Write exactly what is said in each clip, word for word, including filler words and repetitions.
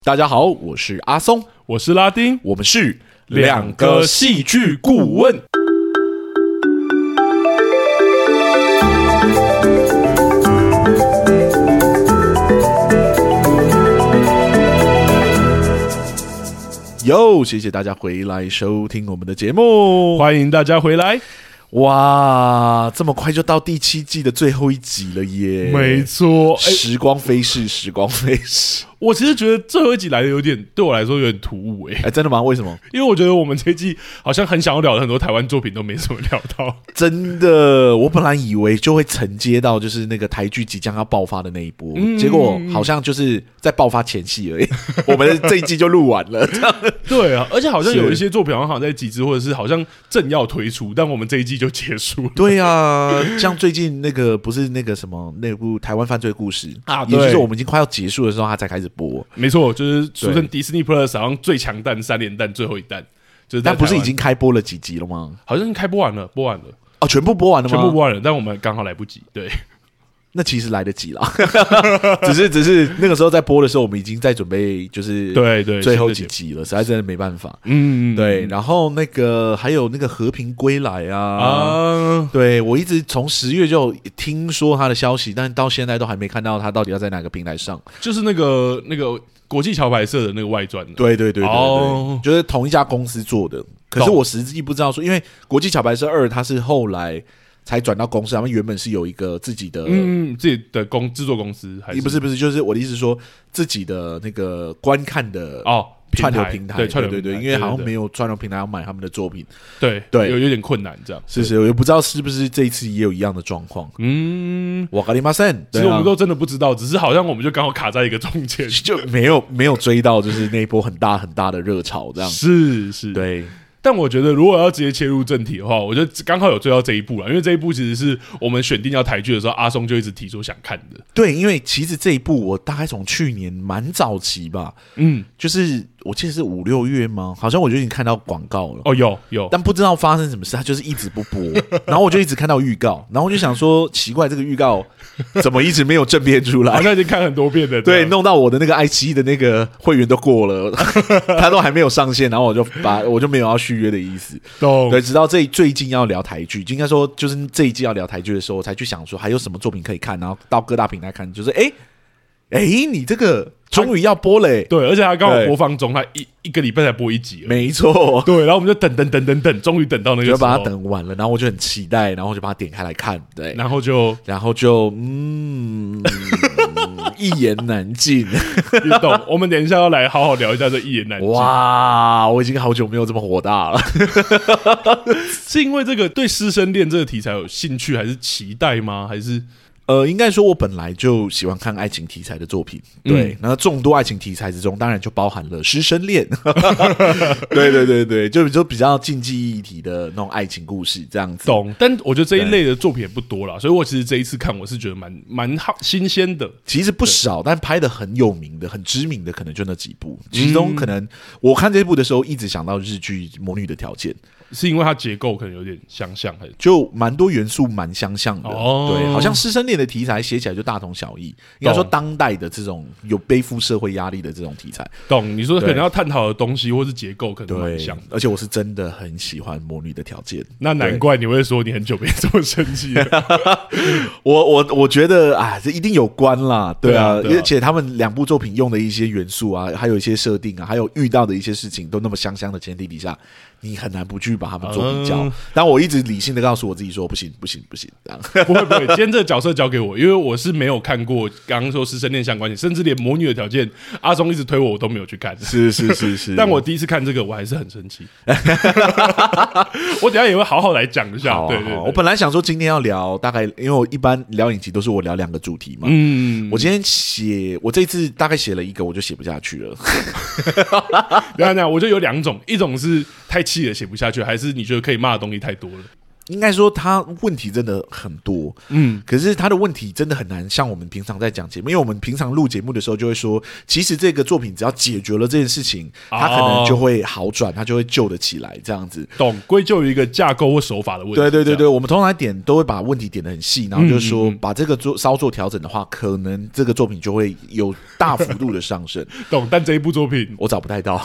大家好，我是阿松， 我是拉丁， 我们是两个戏剧顾问。哟，谢谢大家回来收听我们的节目， 欢迎大家回来。 哇，这么快就到第七季的最后一集了耶！ 没错， 时光飞逝，时光飞逝。 我其实觉得最后一集来的有点，对我来说有点突兀哎、欸。 哎，真的吗？为什么？ 因为我觉得我们这一季好像很想要聊的很多台湾作品都没怎么聊到。 真的，我本来以为就会承接到就是那个台剧即将要爆发的那一波，嗯、结果好像就是在爆发前夕而已。我们这一季就录完了，这样对啊，而且好像有一些作品好像在集资，或者是好像正要推出，但我们这一季就结束了。 对啊，像最近那个不是那个什么那部台湾犯罪故事啊， 也就是我们已经快要结束的时候，它才开始播。 没错，就是俗称 Disney Plus 好像最强弹三连弹最后一弹，就是但不是已经开播了几集了吗？ 好像开播完了，播完了哦，全部播完了吗？ 全部播完了，但我们刚好来不及。对。 那其实来得及啦，只是只是那个时候在播的时候，我们已经在准备就是对对最后几集了，实在真的没办法。 嗯， 对。然后那个还有那个和平归来啊，啊对我一直从十月就听说他的消息，但到现在都还没看到他到底要在哪个平台上。 就是那个那个国际桥牌社的那个外传的， 对对对对对， 哦、 就是同一家公司做的。可是我实际不知道说，因为国际桥牌社二它是后来才转到公司，他们原本是有一个自己的， 嗯，自己的公制作公司，还是不是不是，就是我的意思是说自己的那个观看的哦串流平台， 对串流对对对，因为好像没有串流平台要买他们的作品， 对对， 有有点困难这样。 是是，我也不知道是不是这一次也有一样的状况。嗯，わかりません。 其实我们都真的不知道，只是好像我们就刚好卡在一个中间， 就没有没有追到，就是那一波很大很大的热潮这样。 是是， 对。 但我觉得，如果要直接切入正题的话，我觉得刚好有追到这一部了，因为这一部其实是我们选定要台剧的时候，阿松就一直提出想看的。 对，因为其实这一部我大概从去年蛮早期吧，嗯，就是我记得是五六月吗？好像我就已经看到广告了。 哦，有有， 但不知道发生什么事，它就是一直不播。然后我就一直看到预告，然后我就想说，奇怪，这个预告怎么一直没有正片出来？ 好像已经看很多遍了。 对，弄到我的那个爱奇艺的那个会员都过了，他都还没有上线，然后我就把我就没有要续约的意思。对，直到这最近要聊台剧，应该说就是这一季要聊台剧的时候，我才去想说还有什么作品可以看，然后到各大平台看，就是哎哎、欸欸，你这个终于要播了、欸， 对，而且他刚好播放中，他一一个礼拜才播一集， 没错， 对，然后我们就等等等等等，终于等到那个时候， 就把它等完了，然后我就很期待，然后我就把它点开来看，对， 然后就然后就嗯。一言难尽， 你懂？我们等一下要来好好聊一下这一言难尽。 哇，我已经好久没有这么火大了。 是因为这个对师生恋这个题材有兴趣，还是期待吗？还是？ 呃，应该说，我本来就喜欢看爱情题材的作品，对。那、嗯、众多爱情题材之中，当然就包含了师生恋，对对对对，就就比较禁忌议题的那种爱情故事这样子。 懂，但我觉得这一类的作品也不多啦，所以我其实这一次看，我是觉得蛮蛮新鲜的。 其实不少，但拍的很有名的、很知名的，可能就那几部。其中可能我看这部的时候，一直想到日剧《魔女的条件》。 是因为它结构可能有点相像，还是就蛮多元素蛮相像的、哦、对，好像师生恋的题材写起来就大同小异，应该说当代的这种有背负社会压力的这种题材， 懂？你说可能要探讨的东西或是结构可能蛮像的， 而且我是真的很喜欢《魔女的条件》， 那难怪你会说你很久没这么生气了。 我我我觉得啊，这一定有关啦，对啊， 对啊， 而且他们两部作品用的一些元素啊，还有一些设定啊，还有遇到的一些事情都那么相像的前提底下，你很难不去把他们做比较。嗯、但我一直理性的告诉我自己说，不行不行不行，这样不会不会。今天这个角色交给我，因为我是没有看过刚刚说师生恋相关的，甚至连魔女的条件，阿松一直推我，我都没有去看。 是是是是， 但我第一次看这个，我还是很生气。我等一下也会好好来讲一下。 好啊、 对, 对, 对， 我本来想说今天要聊大概，因为我一般聊影集都是我聊两个主题嘛。嗯，我今天写，我这次大概写了一个，我就写不下去了。 等一下等一下，我就有两种，一种是太气了写不下去，还是你觉得可以骂的东西太多了？ 应该说他问题真的很多，嗯，可是他的问题真的很难像我们平常在讲节目，因为我们平常录节目的时候就会说，其实这个作品只要解决了这件事情，他可能就会好转，他就会救得起来，这样子。 懂，归咎于一个架构或手法的问题。 对对对对，我们通常点都会把问题点得很细，然后就是说把这个做稍作调整的话，可能这个作品就会有大幅度的上升。 懂，但这一部作品我找不太到，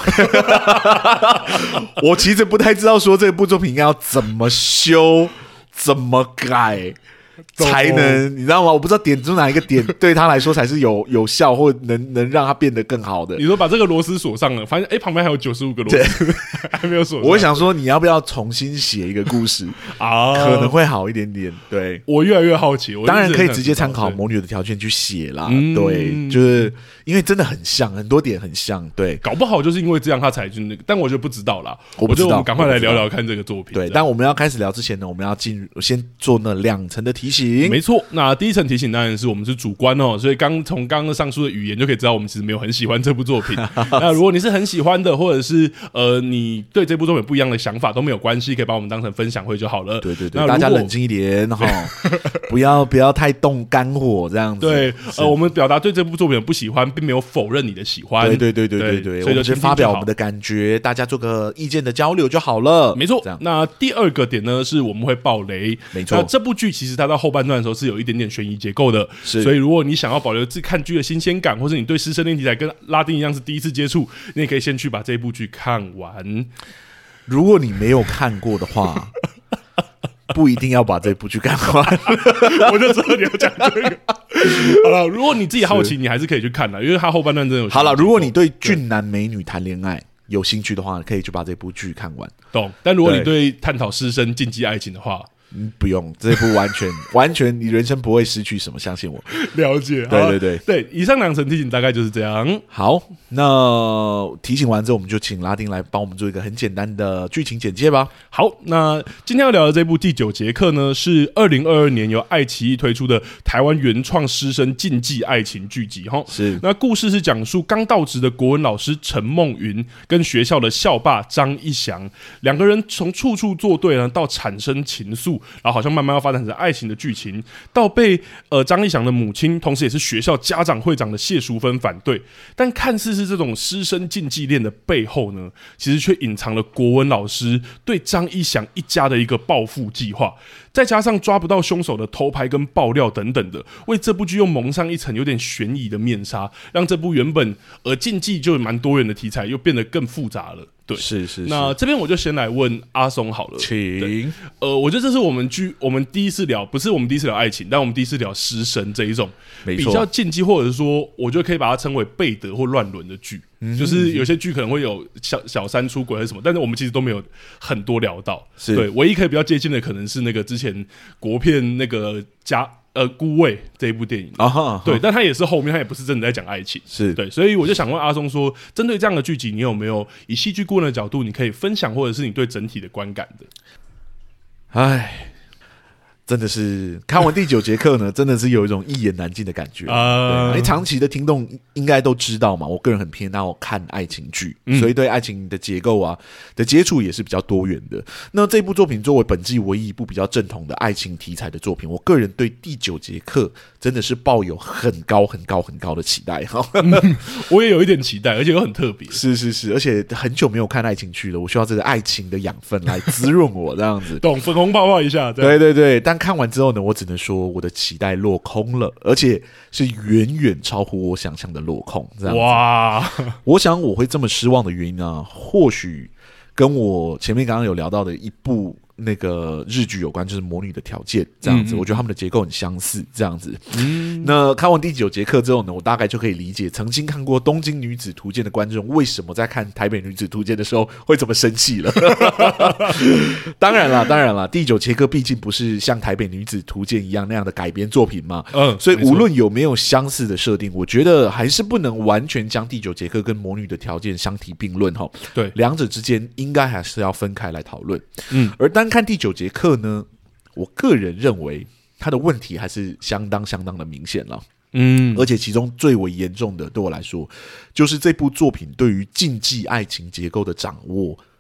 我其实不太知道说这部作品应该要怎么修。怎么改才能你知道吗？我不知道点出哪一个点对他来说才是有有效，或能能让他变得更好的。 你说把这个螺丝锁上了，发现哎旁边还有九十五个螺丝还没有锁上。 我会想说你要不要重新写一个故事啊？可能会好一点点。对， 我越来越好奇。我当然可以直接参考《魔女的条件》去写啦。嗯、对，就是因为真的很像，很多点很像。对， 搞不好就是因为这样他才就那个，但我就不知道啦。我不知道，我觉得我们赶快来聊聊看这个作品。 对，但我们要开始聊之前呢，我们要进入先做那两层的提醒。 没错。那第一层提醒当然是我们是主观哦，所以刚从刚刚上述的语言就可以知道我们其实没有很喜欢这部作品。那如果你是很喜欢的，或者是呃你对这部作品不一样的想法都没有关系，可以把我们当成分享会就好了。 对对对，大家冷静一点哈，不要不要太动肝火这样子。 对，呃，我们表达对这部作品的不喜欢，并没有否认你的喜欢。 对对对对对对，所以就发表我们的感觉，大家做个意见的交流就好了。 没错。那第二个点呢，是我们会爆雷。 没错。 那这部剧其实它到后半段的时候是有一点点悬疑结构的，所以如果你想要保留自看剧的新鲜感，或者你对师生恋题材跟拉丁一样是第一次接触，你也可以先去把这部剧看完。 如果你没有看过的话，不一定要把这部剧看完。 我就知道你要讲这个。好了，如果你自己好奇，你还是可以去看的，因为它后半段真的有。 好了，如果你对俊男美女谈恋爱有兴趣的话，可以去把这部剧看完。 懂。但如果你对探讨师生禁忌爱情的话， 嗯，不用，这部完全完全，你人生不会失去什么，相信我。 了解， 对对对对，以上两层提醒大概就是这样。 好，那提醒完之后，我们就请拉丁来帮我们做一个很简单的剧情简介吧。 好，那今天要聊的这部《第九节课》呢，是二零二二年由爱奇艺推出的台湾原创师生禁忌爱情剧集。哈，是。那故事是讲述刚到职的国文老师陈梦云跟学校的校霸张一翔两个人从处处作对呢，到产生情愫。然后好像慢慢要发展成爱情的剧情，到被呃张一翔的母亲，同时也是学校家长会长的谢淑芬反对，但看似是这种师生禁忌恋的背后呢，其实却隐藏了国文老师对张一翔一家的一个报复计划，再加上抓不到凶手的偷拍跟爆料等等的，为这部剧又蒙上一层有点悬疑的面纱，让这部原本呃禁忌就蛮多元的题材又变得更复杂了。对， 是是是。 那这边我就先来问阿松好了， 请。 呃，我觉得这是我们剧我们第一次聊，不是我们第一次聊爱情，但我们第一次聊师生这一种比较禁忌，或者是说，我觉得可以把它称为背德或乱伦的剧。嗯、就是有些剧可能会有小小三出轨还是什么，但是我们其实都没有很多聊到。对，唯一可以比较接近的可能是那个之前国片那个家。呃，孤味这一部电影啊哈，对，但他也是后面，他也不是真的在讲爱情， 是对， 所以我就想问阿松说，针对这样的剧集，你有没有以戏剧顾问的角度，你可以分享，或者是你对整体的观感的？ 唉，真的是看完第九节课呢，真的是有一种一言难尽的感觉啊！因为长期的听众应该都知道嘛，我个人很偏好看爱情剧，嗯、所以对爱情的结构啊的接触也是比较多元的。那这部作品作为本季唯一一部比较正统的爱情题材的作品，我个人对第九节课真的是抱有很高很高很高的期待。 嗯、我也有一点期待，而且又很特别。 是是是，而且很久没有看爱情剧了，我需要这个爱情的养分来滋润我，这样子。 懂，粉红泡泡一下。 对对对，但看完之后呢，我只能说我的期待落空了，而且是远远超乎我想象的落空。这样子，哇！我想我会这么失望的原因啊，或许跟我前面刚刚有聊到的一部那个日剧有关，就是《魔女的条件》这样子，嗯嗯，我觉得他们的结构很相似，这样子。嗯，那看完第九节课之后呢，我大概就可以理解曾经看过《东京女子图鉴》的观众为什么在看《台北女子图鉴》的时候会这么生气了。当然啦，当然啦，第九节课毕竟不是像《台北女子图鉴》一样那样的改编作品嘛，嗯，所以无论有没有相似的设定，我觉得还是不能完全将第九节课跟《魔女的条件》相提并论哈。对，两者之间应该还是要分开来讨论。嗯，而单看第九节课呢，我个人认为他的问题还是相当相当的明显了。嗯，而且其中最为严重的，对我来说，就是这部作品对于禁忌爱情结构的掌握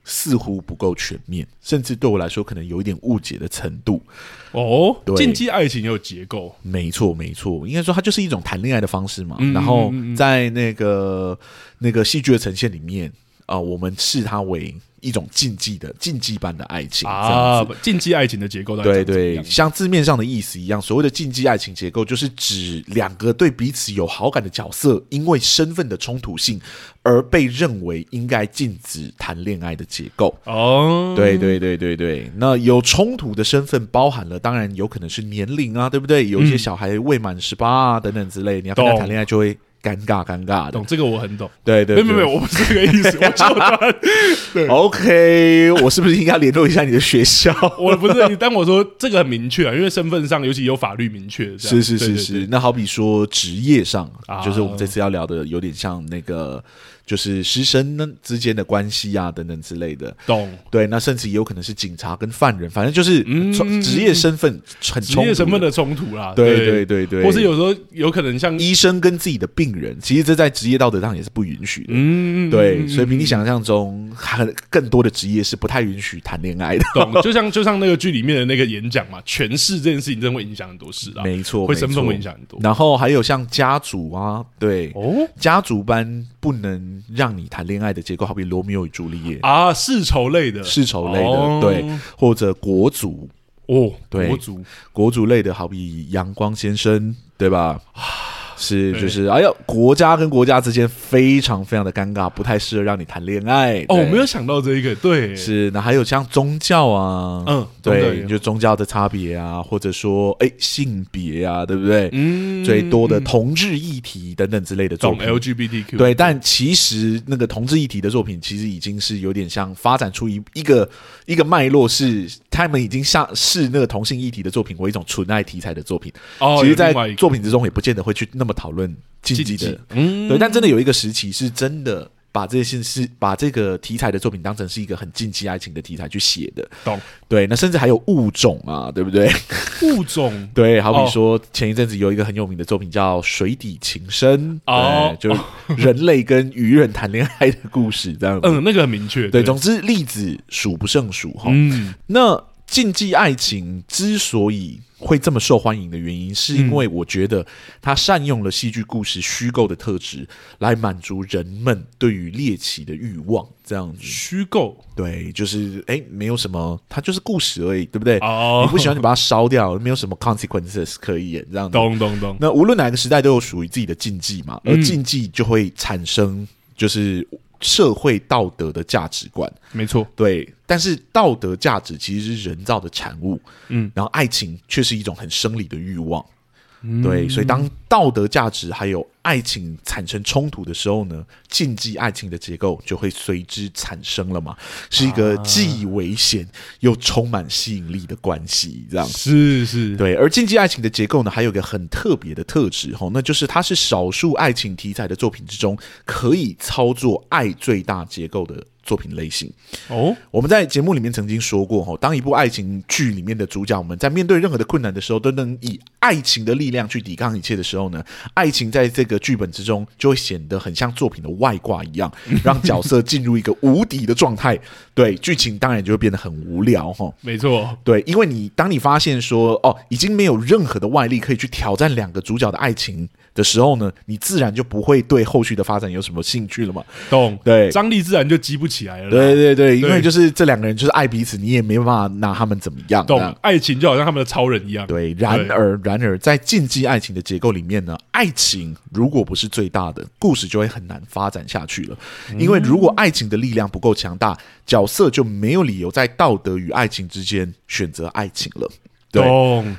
似乎不够全面，甚至对我来说可能有一点误解的程度。 哦，禁忌爱情也有结构， 没错没错，应该说它就是一种谈恋爱的方式嘛。嗯、然后在那个那个戏剧的呈现里面啊、呃，我们视它为一种禁忌的禁忌般的爱情啊， 禁忌爱情的结构， 对对，像字面上的意思一样，所谓的禁忌爱情结构，就是指两个对彼此有好感的角色，因为身份的冲突性而被认为应该禁止谈恋爱的结构。哦，对对对对对，那有冲突的身份包含了，当然有可能是年龄啊，对不对？有一些小孩未满十八啊等等之类，你要跟他谈恋爱就会尴尬尴尬的， 懂这个我很懂。 对对对， 没有没有，我不是这个意思，我错断。对 ，OK， 我是不是应该联络一下你的学校？ 我不是，但我说这个很明确啊，因为身份上尤其有法律明确。 是是是是，对对对，那好比说职业上、啊，就是我们这次要聊的，有点像那个。就是师生之间的关系啊，等等之类的， 懂？对， 那甚至也有可能是警察跟犯人，反正就是职业身份很冲突， 职业身份的冲突啦。 对对对对， 或是有时候有可能像医生跟自己的病人，其实这在职业道德上也是不允许的。嗯，对，所以比你想象中，很更多的职业是不太允许谈恋爱的。 懂？就像就像那个剧里面的那个演讲嘛，权势这件事情真的会影响很多事啊。 没错， 会身份会影响很多。 然后还有像家族啊，对，哦，家族般不能让你谈恋爱的结构，好比罗密欧与朱丽叶啊，世仇类的， 世仇类的，哦、对，或者国族哦， 对， 国族国族类的，好比阳光先生，对吧？是，就是哎呀，国家跟国家之间非常非常的尴尬，不太适合让你谈恋爱。 哦，我没有想到这一个，对， 是。那还有像宗教啊，嗯，对，就宗教的差别啊，或者说哎性别啊，对不对？嗯，最多的同志议题等等之类的作品 ，L G B T Q， 对，但其实那个同志议题的作品，其实已经是有点像发展出一一个一个脉络，是他们已经像视那个同性议题的作品为一种纯爱题材的作品。哦，其实，在作品之中也不见得会去那么讨论禁忌的，嗯，对，但真的有一个时期是真的把这些是把这个题材的作品当成是一个很禁忌爱情的题材去写的， 懂？ 对，那甚至还有物种啊，对不对？ 物种， 对，好比说前一阵子有一个很有名的作品叫《水底情深》，哦，就人类跟鱼人谈恋爱的故事，这样子， 嗯，那个很明确， 对，总之例子数不胜数哈。嗯，那禁忌爱情之所以会这么受欢迎的原因，是因为我觉得它善用了戏剧故事虚构的特质，来满足人们对于猎奇的欲望。这样子， 虚构， 对，就是哎，没有什么，它就是故事而已，对不对？哦，你不喜欢你把它烧掉，没有什么 consequences 可以演，这样子。 懂懂懂。 那无论哪个时代都有属于自己的禁忌嘛，而禁忌就会产生就是社会道德的价值观， 没错， 对。但是道德价值其实是人造的产物，嗯，然后爱情却是一种很生理的欲望，嗯，对。所以当道德价值还有爱情产生冲突的时候呢，禁忌爱情的结构就会随之产生了嘛，是一个既危险又充满吸引力的关系，这样是是， 对。而禁忌爱情的结构呢，还有一个很特别的特质，那就是它是少数爱情题材的作品之中可以操作爱最大结构的作品类型。哦，我们在节目里面曾经说过，当一部爱情剧里面的主角们在面对任何的困难的时候，都能以爱情的力量去抵抗一切的时候呢，爱情在这个剧本之中就会显得很像作品的外挂一样，让角色进入一个无敌的状态。对，剧情当然就会变得很无聊。 没错， 对，因为你当你发现说哦，已经没有任何的外力可以去挑战两个主角的爱情的时候呢，你自然就不会对后续的发展有什么兴趣了嘛。 懂？ 对， 张力自然就激不起来了。 对对对，因为就是这两个人就是爱彼此，你也没办法拿他们怎么样。 懂？爱情就好像他们的超人一样。 对，然而然而在禁忌爱情的结构里面呢，爱情如果不是最大的，故事就会很难发展下去了。因为如果爱情的力量不够强大，角色就没有理由在道德与爱情之间选择爱情了。对。懂？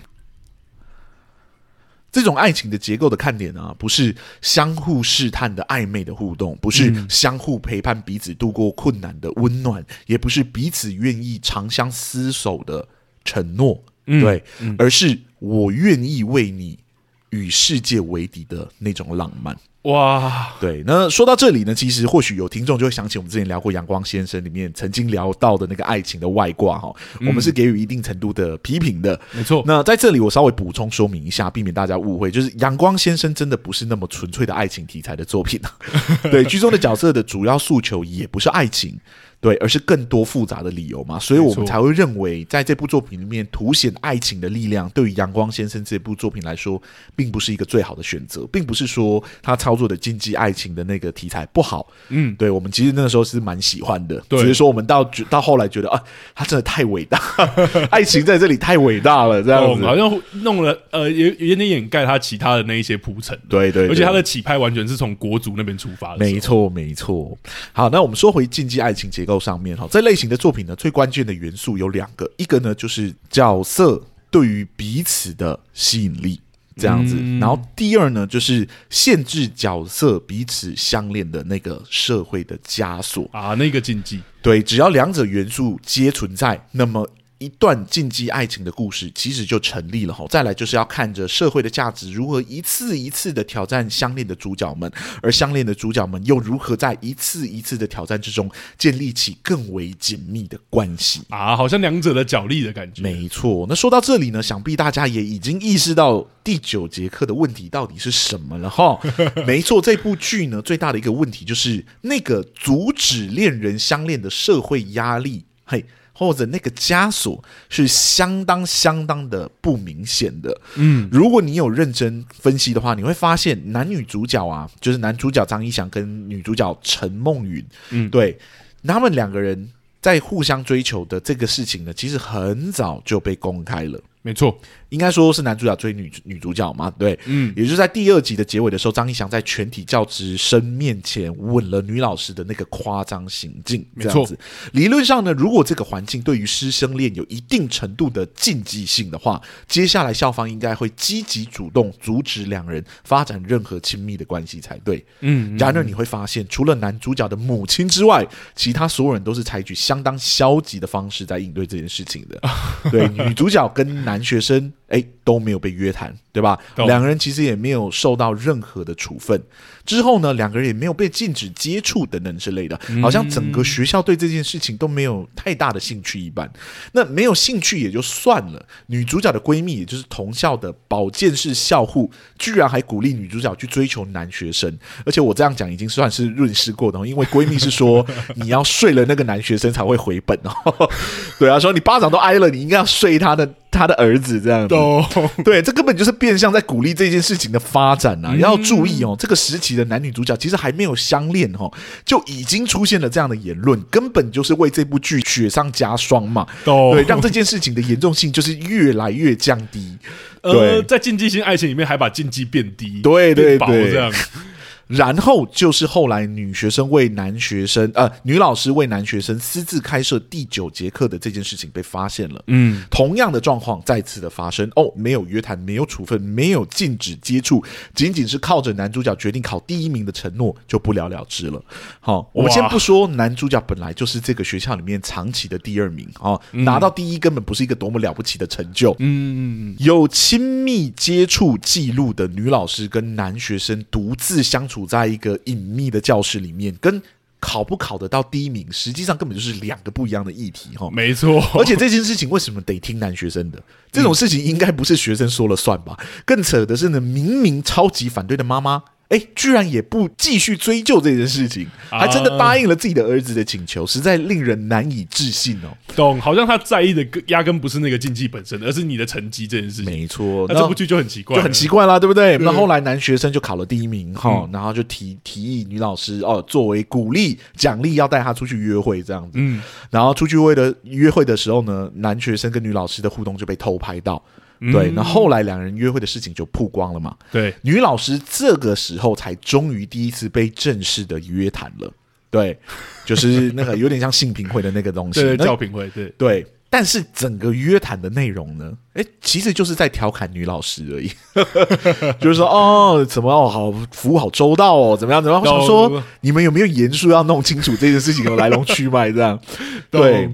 这种爱情的结构的看点啊，不是相互试探的暧昧的互动，不是相互陪伴彼此度过困难的温暖，也不是彼此愿意长相厮守的承诺，嗯、对、嗯，而是我愿意为你与世界为敌的那种浪漫。哇，对，那说到这里呢，其实或许有听众就会想起我们之前聊过《阳光先生》里面曾经聊到的那个爱情的外挂哈、嗯，我们是给予一定程度的批评的， 没错。 那在这里我稍微补充说明一下，避免大家误会，就是《阳光先生》真的不是那么纯粹的爱情题材的作品对，剧中的角色的主要诉求也不是爱情， 对，而是更多复杂的理由嘛，所以我们才会认为在这部作品里面凸显爱情的力量对于阳光先生这部作品来说并不是一个最好的选择，并不是说他操作的禁忌爱情的那个题材不好，嗯，对，我们其实那个时候是蛮喜欢的，只是说我们到到后来觉得啊，他真的太伟大爱情在这里太伟大了这样子、 哦、好像弄了呃有有点掩盖他其他的那一些铺陈， 对 对, 对， 而且他的起拍完全是从国族那边出发的， 没错没错。好，那我们说回禁忌爱情结构上面，这类型的作品呢，最关键的元素有两个，一个呢就是角色对于彼此的吸引力这样子、嗯、然后第二呢就是限制角色彼此相恋的那个社会的枷锁啊，那个禁忌。 对，只要两者元素皆存在，那么一段禁忌爱情的故事其实就成立了。再来就是要看着社会的价值如何一次一次的挑战相恋的主角们，而相恋的主角们又如何在一次一次的挑战之中建立起更为紧密的关系啊，好像两者的角力的感觉。 没错，那说到这里呢，想必大家也已经意识到第九节课的问题到底是什么了齁。没错，这部剧呢最大的一个问题就是那个阻止恋人相恋的社会压力，嘿，或者那个枷锁是相当相当的不明显的。嗯，如果你有认真分析的话，你会发现男女主角啊，就是男主角张一翔跟女主角陈梦云，嗯，对，他们两个人在互相追求的这个事情呢，其实很早就被公开了。 没错， 应该说是男主角追 女, 女主角嘛，对，嗯，也就是在第二集的结尾的时候，张一翔在全体教职生面前吻了女老师的那个夸张行径，这样子。理论上呢，如果这个环境对于师生恋有一定程度的禁忌性的话，接下来校方应该会积极主动阻止两人发展任何亲密的关系才对。嗯，然而你会发现，除了男主角的母亲之外，其他所有人都是采取相当消极的方式在应对这件事情的。对，女主角跟男学生哎都没有被约谈，对吧？两个人其实也没有受到任何的处分。之后呢，两个人也没有被禁止接触等等之类的，好像整个学校对这件事情都没有太大的兴趣一般。那没有兴趣也就算了，女主角的闺蜜，也就是同校的保健室校护，居然还鼓励女主角去追求男学生。而且我这样讲已经算是润饰过的，因为闺蜜是说你要睡了那个男学生才会回本哦。对啊，说你巴掌都挨了，你应该要睡他的他的儿子这样子。对，这根本就是变相在鼓励这件事情的发展啊！要注意哦，这个时期的男女主角其实还没有相恋哦，就已经出现了这样的言论，根本就是为这部剧雪上加霜嘛。对，让这件事情的严重性就是越来越降低。对， 呃，在禁忌性爱情里面还把禁忌变低， 对对对，这样。 然后就是后来女学生为男学生呃，女老师为男学生私自开设第九节课的这件事情被发现了。嗯，同样的状况再次的发生哦，没有约谈，没有处分，没有禁止接触，仅仅是靠着男主角决定考第一名的承诺就不了了之了。好、哦，我们先不说男主角本来就是这个学校里面长期的第二名哦、嗯，拿到第一根本不是一个多么了不起的成就。嗯，有亲密接触记录的女老师跟男学生独自相处。处在一个隐秘的教室里面，跟考不考得到第一名实际上根本就是两个不一样的议题。 没错， 而且这件事情为什么得听男学生的？这种事情应该不是学生说了算吧？更扯的是呢，明明超级反对的妈妈哎，居然也不继续追究这件事情，还真的答应了自己的儿子的请求，实在令人难以置信哦。 懂，好像他在意的压根不是那个竞技本身，而是你的成绩这件事情。 没错， 那这部剧就很奇怪， 就很奇怪啦，对不对？那后来男学生就考了第一名哈、嗯，然后就提提议女老师哦，作为鼓励奖励要带他出去约会这样子。嗯，然后出去约的约会的时候呢，男学生跟女老师的互动就被偷拍到。对，那后来两人约会的事情就曝光了嘛。 对， 女老师这个时候才终于第一次被正式的约谈了。对，就是那个有点像性平会的那个东西， 对，教评会，对对。但是整个约谈的内容呢，哎，其实就是在调侃女老师而已，就是说哦，怎么哦，好服务好周到哦，怎么样怎么样？我想说，你们有没有严肃要弄清楚这件事情的来龙去脉？这样，对。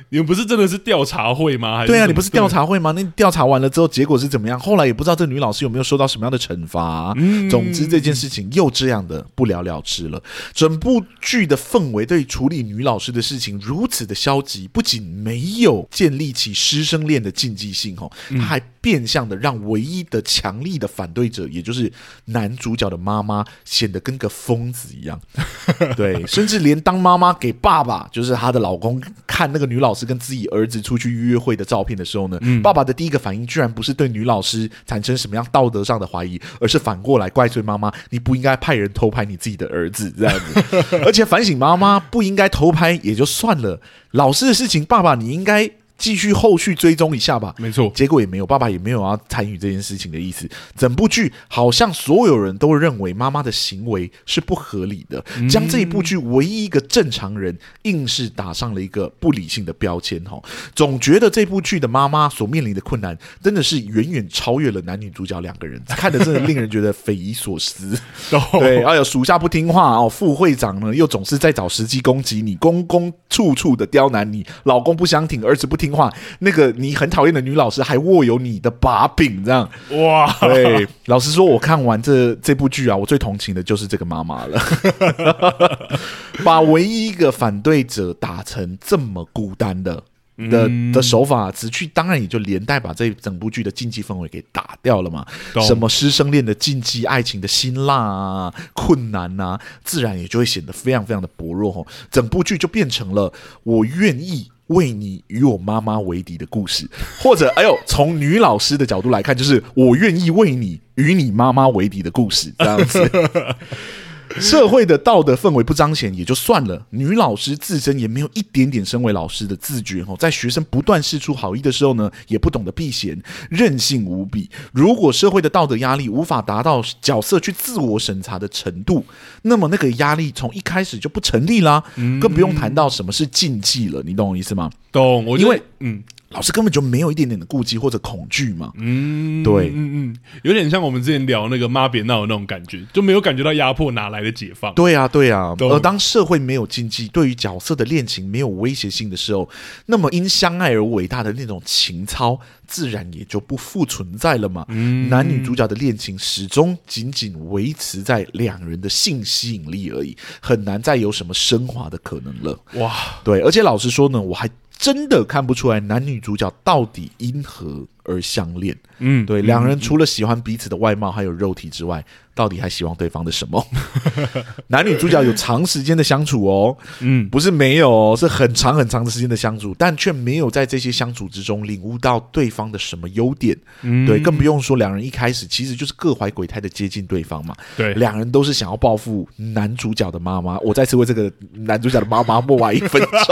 你们不是真的是调查会吗？还是对啊，你不是调查会吗？那调查完了之后，结果是怎么样？后来也不知道这女老师有没有受到什么样的惩罚、啊嗯。总之，这件事情又这样的不了了之了。整部剧的氛围对处理女老师的事情如此的消极，不仅没有建立起师生恋的禁忌性，它还变相的让唯一的强力的反对者，也就是男主角的妈妈，显得跟个疯子一样。对，甚至连当妈妈给爸爸，就是她的老公看那个女老师跟自己儿子出去约会的照片的时候呢，嗯、爸爸的第一个反应居然不是对女老师产生什么样道德上的怀疑，而是反过来怪罪妈妈，你不应该派人偷拍你自己的儿子这样子，而且反省妈妈不应该偷拍也就算了，老师的事情，爸爸你应该继续后续追踪一下吧。 没错， 结果也没有，爸爸也没有要参与这件事情的意思。整部剧好像所有人都认为妈妈的行为是不合理的，嗯、将这一部剧唯一一个正常人硬是打上了一个不理性的标签。总觉得这部剧的妈妈所面临的困难真的是远远超越了男女主角两个人，看得真的令人觉得匪夷所思。对，哎呦，属下不听话哦，副会长呢又总是在找时机攻击你，公公处处的刁难你，老公不相挺，儿子不听话，那个你很讨厌的女老师还握有你的把柄，这样哇！对，老实说，我看完这这部剧啊，我最同情的就是这个妈妈了，把唯一一个反对者打成这么孤单的。的, 的手法，此剧当然也就连带把这整部剧的禁忌氛围给打掉了嘛。什么师生恋的禁忌、爱情的辛辣啊、困难啊，自然也就会显得非常非常的薄弱。整部剧就变成了我愿意为你与我妈妈为敌的故事，或者哎呦，从女老师的角度来看，就是我愿意为你与你妈妈为敌的故事，这样子。社会的道德氛围不彰显也就算了，女老师自身也没有一点点身为老师的自觉，在学生不断释出好意的时候呢，也不懂得避嫌，任性无比。如果社会的道德压力无法达到角色去自我审查的程度，那么那个压力从一开始就不成立啦，嗯、更不用谈到什么是禁忌了，你懂我意思吗？ 懂，我因为嗯。老师根本就没有一点点的顾忌或者恐惧嘛，嗯，对， 嗯嗯，有点像我们之前聊那个妈别闹的那种感觉，就没有感觉到压迫，哪来的解放？ 对啊，对啊。而当社会没有禁忌，对于角色的恋情没有威胁性的时候，那么因相爱而伟大的那种情操，自然也就不复存在了嘛。嗯、男女主角的恋情始终仅仅维持在两人的性吸引力而已，很难再有什么升华的可能了。哇，对，而且老实说呢，我还真的看不出来男女主角到底因何而相恋。嗯，对，两人除了喜欢彼此的外貌还有肉体之外，到底还希望对方的什么？男女主角有长时间的相处哦，嗯，不是没有哦，是很长很长的时间的相处，但却没有在这些相处之中领悟到对方的什么优点。嗯，对，更不用说两人一开始其实就是各怀鬼胎的接近对方嘛。对，两人都是想要报复男主角的妈妈。我再次为这个男主角的妈妈默哀一分钟。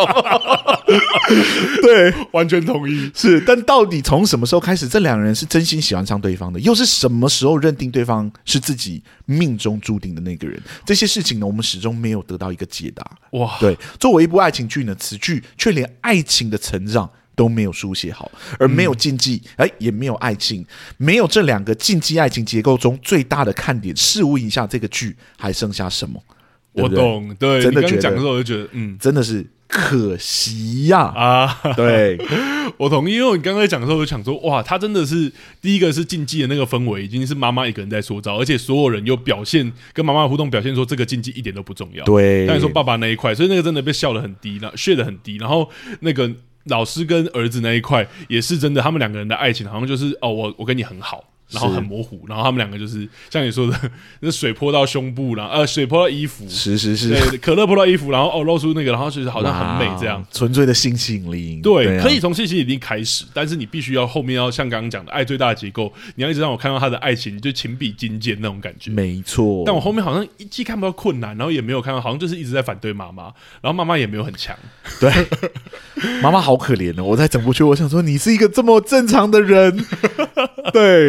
对， 完全同意。 是，但到底从什么时候开始，这两人是真心喜欢上对方的？又是什么时候认定对方是自己命中注定的那个人？这些事情呢，我们始终没有得到一个解答。哇，对，作为一部爱情剧呢，此剧却连爱情的成长都没有书写好，而没有禁忌，哎，也没有爱情，没有这两个禁忌爱情结构中最大的看点，试问一下，这个剧还剩下什么？ 我懂，对， 真的你刚讲的时候我就觉得，嗯， 真的是可惜呀、啊！啊，对， 我同意，因为你刚才讲的时候，我就想说，哇，他真的是第一个是禁忌的那个氛围，已经是妈妈一个人在塑造，而且所有人又表现跟妈妈的互动，表现说这个禁忌一点都不重要。 对， 但你说爸爸那一块，所以那个真的被笑得很低，然后血得很低，然后那个老师跟儿子那一块也是真的，他们两个人的爱情好像就是哦，我我跟你很好。然后很模糊，然后他们两个就是像你说的，那水泼到胸部，然后呃水泼到衣服， 是是是， 对，可乐泼到衣服，然后哦露出那个，然后就是好像很美这样， 纯粹的性吸引力。 对，对啊、可以从性吸引力开始，但是你必须要后面要像刚刚讲的爱最大的结构，你要一直让我看到他的爱情，就情比金坚那种感觉。 没错， 但我后面好像既看不到困难，然后也没有看到，好像就是一直在反对妈妈，然后妈妈也没有很强。 对，妈妈好可怜哦！我在整部剧，我想说你是一个这么正常的人，对。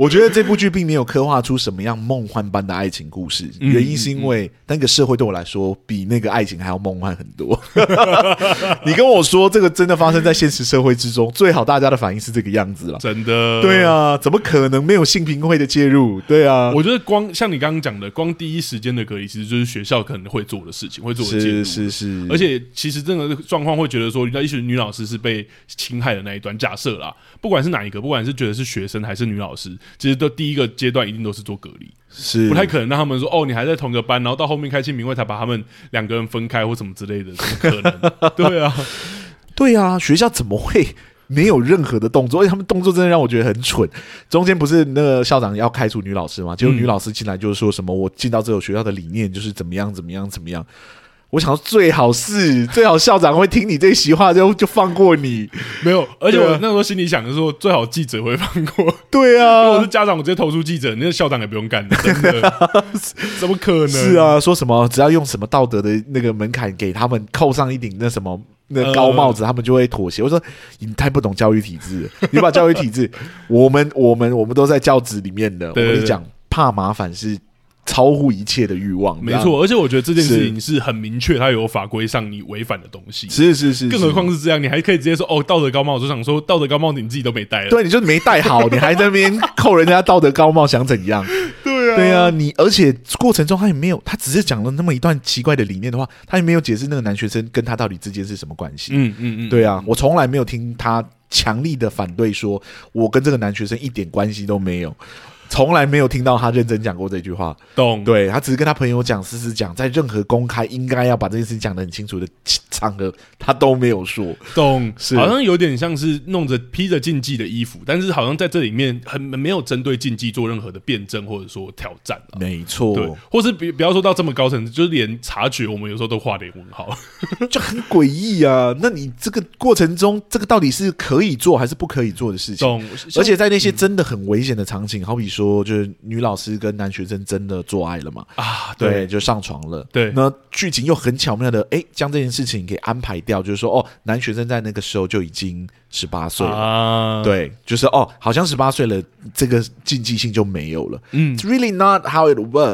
我觉得这部剧并没有刻画出什么样梦幻般的爱情故事，嗯、原因是因为那个社会对我来说比那个爱情还要梦幻很多。你跟我说这个真的发生在现实社会之中，最好大家的反应是这个样子了。 真的， 对啊，怎么可能没有性平会的介入？对啊， 我觉得光像你刚刚讲的，光第一时间的隔离，其实就是学校可能会做的事情，会做的介入。 是是是， 而且其实这个状况会觉得说，也许女老师是被侵害的那一端，假设啦，不管是哪一个，不管是觉得是学生还是女老师，其实都第一个阶段一定都是做隔离， 是不太可能让他们说哦，你还在同个班，然后到后面开性平会才把他们两个人分开或什么之类的，怎么可能？对啊， 对啊，学校怎么会没有任何的动作？而且他们动作真的让我觉得很蠢。中间不是那个校长要开除女老师吗？结果女老师进来就是说什么，我进到这个学校的理念就是怎么样怎么样怎么样。我想说最好是最好校长会听你这席话就就放过你， 没有，而且我那时候心里想的说，最好记者会放过。 对啊， 如果是家长，我直接投诉记者，那个校长也不用干的，真的，怎么可能？ 是啊，说什么只要用什么道德的那个门槛给他们扣上一顶那什么那高帽子，呃、他们就会妥协。我说你太不懂教育体制了，你把教育体制，我们我们我们都在教职里面的， 对对对， 我跟你讲，怕麻烦是超乎一切的欲望， 没错，而且我觉得这件事情是很明确，它有法规上你违反的东西， 是是 是, 是， 更何况是这样，你还可以直接说哦，道德高帽，我就想说道德高帽你自己都没戴了， 对，你就没戴好，你还在那边扣人家道德高帽，想怎样？ 对啊， 对啊，你而且过程中他也没有，他只是讲了那么一段奇怪的理念的话，他也没有解释那个男学生跟他到底之间是什么关系。嗯嗯嗯，对啊，我从来没有听他强力的反对说，我跟这个男学生一点关系都没有。从来没有听到他认真讲过这句话， 懂？ 对，他只是跟他朋友讲，私私讲，在任何公开应该要把这件事讲得很清楚的场合，他都没有说， 懂？是，好像有点像是弄着披着禁忌的衣服，但是好像在这里面很没有针对禁忌做任何的辩证或者说挑战， 没错， 对，或是不要说到这么高层次，就是连察觉我们有时候都画点问号， 就很诡异啊。那你这个过程中，这个到底是可以做还是不可以做的事情？ 懂？ 而且在那些真的很危险的场景，嗯、好比说。说就是女老师跟男学生真的做爱了嘛？啊，对，对就上床了。 对， 那剧情又很巧妙的，哎，将这件事情给安排掉，就是说，哦，男学生在那个时候就已经十八岁了，啊、对，就是哦，好像十八岁了，这个禁忌性就没有了。嗯 ，It's really not how it works 。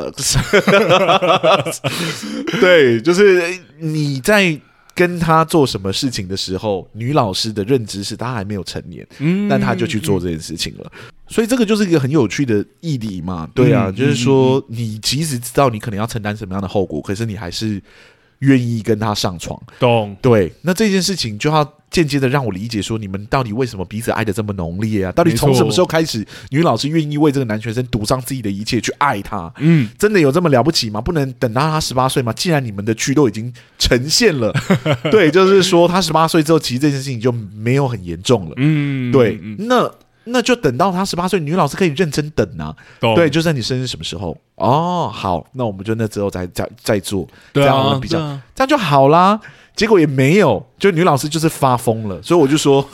对，就是你在。跟他做什么事情的时候，女老师的认知是她还没有成年，嗯，但她就去做这件事情了，嗯、所以这个就是一个很有趣的议题嘛，对啊，嗯、就是说你即使知道你可能要承担什么样的后果，可是你还是愿意跟他上床， 懂？ 对，那这件事情就要间接的让我理解说，你们到底为什么彼此爱得这么浓烈啊？到底从什么时候开始，女老师愿意为这个男学生赌上自己的一切去爱他？嗯，真的有这么了不起吗？不能等到他十八岁吗？既然你们的剧都已经呈现了，对，就是说他十八岁之后，其实这件事情就没有很严重了。嗯，对，那。那就等到他十八岁，女老师可以认真等啊。对，就在你生日什么时候？哦，好，那我们就那之后再再再做， 对啊， 这样我们比较、啊、这样就好啦。结果也没有，就女老师就是发疯了，所以我就说，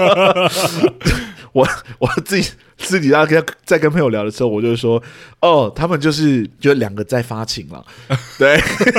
我我自己自己在在跟朋友聊的时候，我就说，哦，他们就是就两个在发情了，对，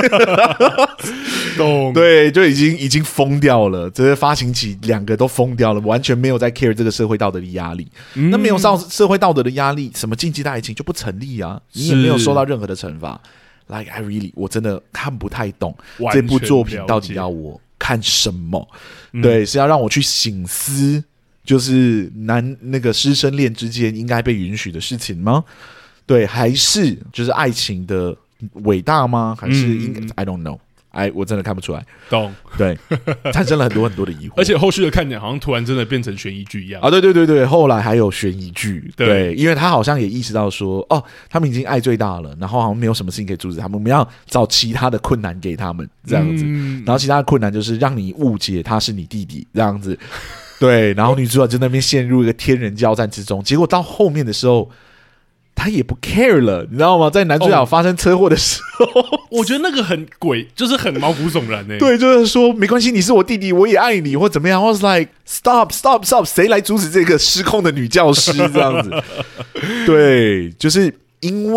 懂，对，就已经已经疯掉了，这些发情期两个都疯掉了，完全没有在 care 这个社会道德的压力。嗯、那没有上社会道德的压力，什么禁忌的爱情就不成立啊，你也没有受到任何的惩罚。Like I really， 我真的看不太懂这部作品到底要我看什么？嗯、对，是要让我去省思，就是男那个师生恋之间应该被允许的事情吗？对，还是就是爱情的伟大吗？还是应该、嗯、I don't know。哎，我真的看不出来， 懂？对， 产生了很多很多的疑惑， 而且后续的看点好像突然真的变成悬疑剧一样啊！对对对对，后来还有悬疑剧，对，对，因为他好像也意识到说，哦，他们已经爱最大了，然后好像没有什么事情可以阻止他们，我们要找其他的困难给他们，这样子，嗯、然后其他的困难就是让你误解他是你弟弟，这样子，对，然后女主角就在那边陷入一个天人交战之中，结果到后面的时候。他也不 care 了，你知道吗？在男主角发生车祸的时候，哦、 我觉得那个很鬼，就是很毛骨悚然欸。 对，就是说没关系，你是我弟弟，我也爱你，或怎么样。I was like stop stop stop， 谁来阻止这个失控的女教师这样子？对，就是因为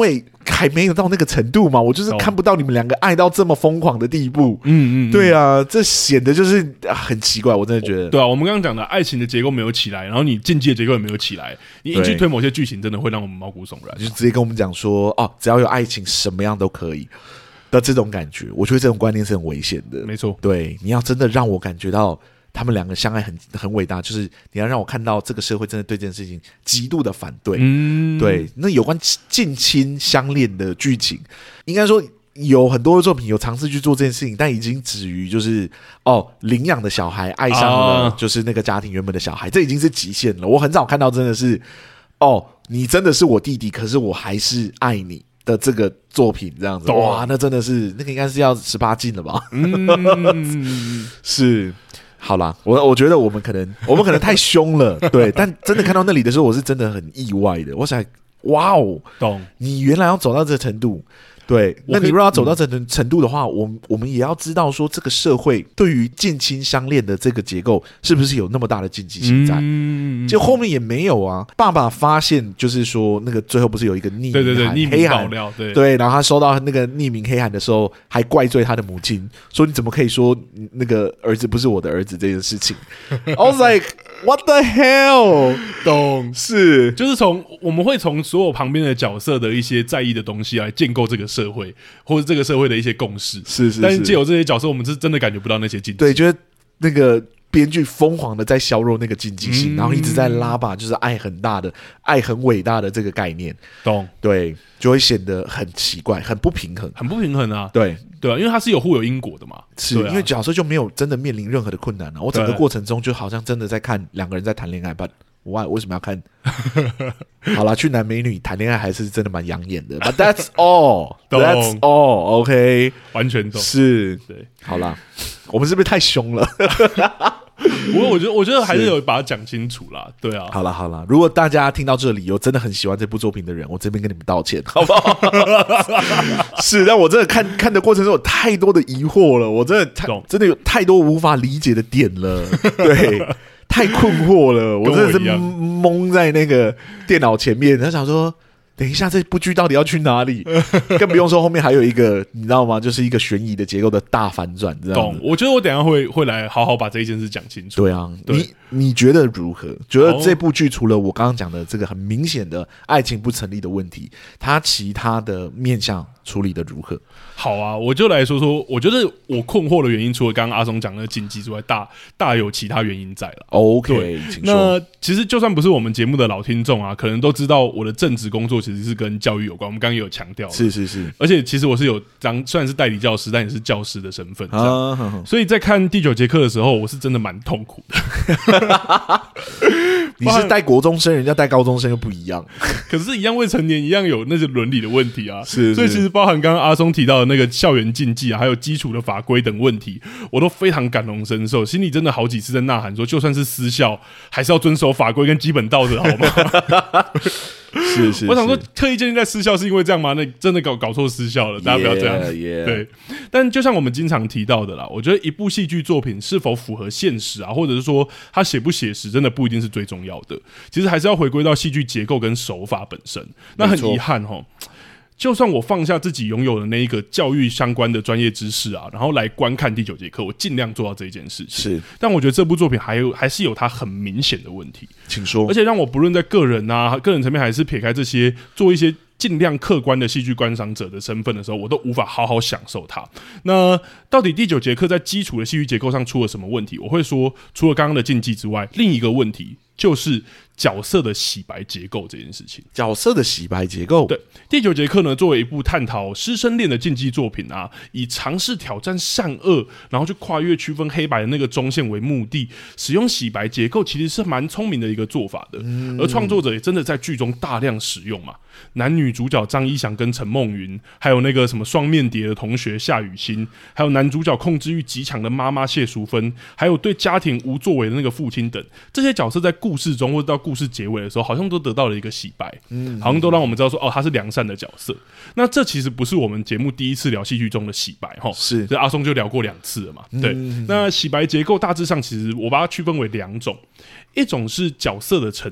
还没有到那个程度嘛，我就是看不到你们两个爱到这么疯狂的地步。 嗯 嗯, 嗯， 对啊，这显得就是、啊、很奇怪，我真的觉得。 对啊，我们刚刚讲的爱情的结构没有起来，然后你竞技的结构也没有起来，你硬去推某些剧情，真的会让我们毛骨悚然。 就直接跟我们讲说，哦，只要有爱情，什么样都可以的这种感觉，我觉得这种观念是很危险的。 没错， 对，你要真的让我感觉到。他们两个相爱很很伟大，就是你要让我看到这个社会真的对这件事情极度的反对。嗯，对，那有关近亲相恋的剧情，应该说有很多的作品有尝试去做这件事情，但已经止于就是哦，领养的小孩爱上了就是那个家庭原本的小孩，这已经是极限了。我很少看到真的是哦，你真的是我弟弟，可是我还是爱你。的这个作品这样子，哇，那真的是那个应该是要十八禁了吧？嗯，是。好啦，我我觉得我们可能我们可能太凶了，对，但真的看到那里的时候，我是真的很意外的。我想，哇哦， 懂， 你原来要走到这程度。对，那你如果要走到这种程度的话，我我们也要知道说，这个社会对于近亲相恋的这个结构是不是有那么大的禁忌性在？嗯，就后面也没有啊。爸爸发现就是说，那个最后不是有一个匿名对对对匿名爆料，对对，然后他收到那个匿名黑函的时候，还怪罪他的母亲，说你怎么可以说那个儿子不是我的儿子这件事情 ？I was like what the hell？ 懂是， 就是从我们会从所有旁边的角色的一些在意的东西来建构这个社会，或者这个社会的一些共识， 是 是, 是， 但是藉由这些角色，我们是真的感觉不到那些禁忌。 对，就是那个编剧疯狂的在削弱那个禁忌性，嗯、然后一直在拉拔，就是爱很大的、爱很伟大的这个概念， 懂？ 对，就会显得很奇怪、很不平衡， 很不平衡啊！ 对对啊，因为它是有互有因果的嘛， 是、 啊、 因为角色就没有真的面临任何的困难啊。我整个过程中就好像真的在看两个人在谈恋爱吧。我为什么要看？好啦，俊男美女谈恋爱还是真的蛮养眼的。But that's all, that's all, OK， 完全懂。 是， 对， 好啦，我们是不是太凶了？ 不过我觉得，我觉得还是有把它讲清楚啦。对啊， 好啦好啦，如果大家听到这里有真的很喜欢这部作品的人，我这边跟你们道歉，好不好？是，但我真的看看的过程中有太多的疑惑了，我真的太真的有太多无法理解的点了，对。太困惑了，我真的是懵在那个电脑前面，他想说，等一下这部剧到底要去哪里？更不用说后面还有一个，你知道吗？就是一个悬疑的结构的大反转，这样子。 懂？我觉得我等一下会会来好好把这一件事讲清楚。 对啊，对你你觉得如何？觉得这部剧除了我刚刚讲的这个很明显的爱情不成立的问题，它其他的面向处理的如何？ 好啊，我就来说说，我觉得我困惑的原因，除了刚刚阿松讲的禁忌之外，大大有其他原因在了。 OK， 请说。那其实就算不是我们节目的老听众啊，可能都知道我的正职工作其实是跟教育有关。我们刚刚也有强调， 是是是。而且其实我是有当虽然是代理教师，但也是教师的身份。啊、呵呵所以在看第九节课的时候，我是真的蛮痛苦的。 你是带国中生，人家带高中生又不一样， 可是，一样未成年，一样有那些伦理的问题啊。 是, 是， 所以其实包含刚刚阿松提到的那个校园禁忌啊，还有基础的法规等问题，我都非常感同身受，心里真的好几次在呐喊说，就算是私校，还是要遵守法规跟基本道德，好吗？ 是, 是是， 我想说，特意建立在私校是因为这样吗？那真的搞搞错私校了，大家不要这样。 Yeah, yeah. 对，但就像我们经常提到的啦，我觉得一部戏剧作品是否符合现实啊，或者是说它写不写实，真的不一定是最重要的。其实还是要回归到戏剧结构跟手法本身。那很遗憾齁。就算我放下自己拥有的那一个教育相关的专业知识啊，然后来观看第九节课，我尽量做到这一件事情。 是， 但我觉得这部作品还有还是有它很明显的问题， 请说。 而且让我不论在个人啊、个人层面，还是撇开这些，做一些尽量客观的戏剧观赏者的身份的时候，我都无法好好享受它。那到底第九节课在基础的戏剧结构上出了什么问题？我会说，除了刚刚的禁忌之外，另一个问题就是角色的洗白结构这件事情。 角色的洗白结构， 对，第九节课呢，作为一部探讨师生恋的竞技作品啊，以尝试挑战善恶，然后去跨越区分黑白的那个中线为目的，使用洗白结构其实是蛮聪明的一个做法的。嗯、而创作者也真的在剧中大量使用嘛，男女主角张一翔跟陈梦云，还有那个什么双面谍的同学夏雨欣，还有男主角控制欲极强的妈妈谢淑芬，还有对家庭无作为的那个父亲等，这些角色在故事中或者到故事结尾的时候，好像都得到了一个洗白，嗯，好像都让我们知道说，哦，他是良善的角色。那这其实不是我们节目第一次聊戏剧中的洗白，哈， 是， 这阿松就聊过两次了嘛，对。嗯、那洗白结构大致上，其实我把它区分为两种，一种是角色的成长。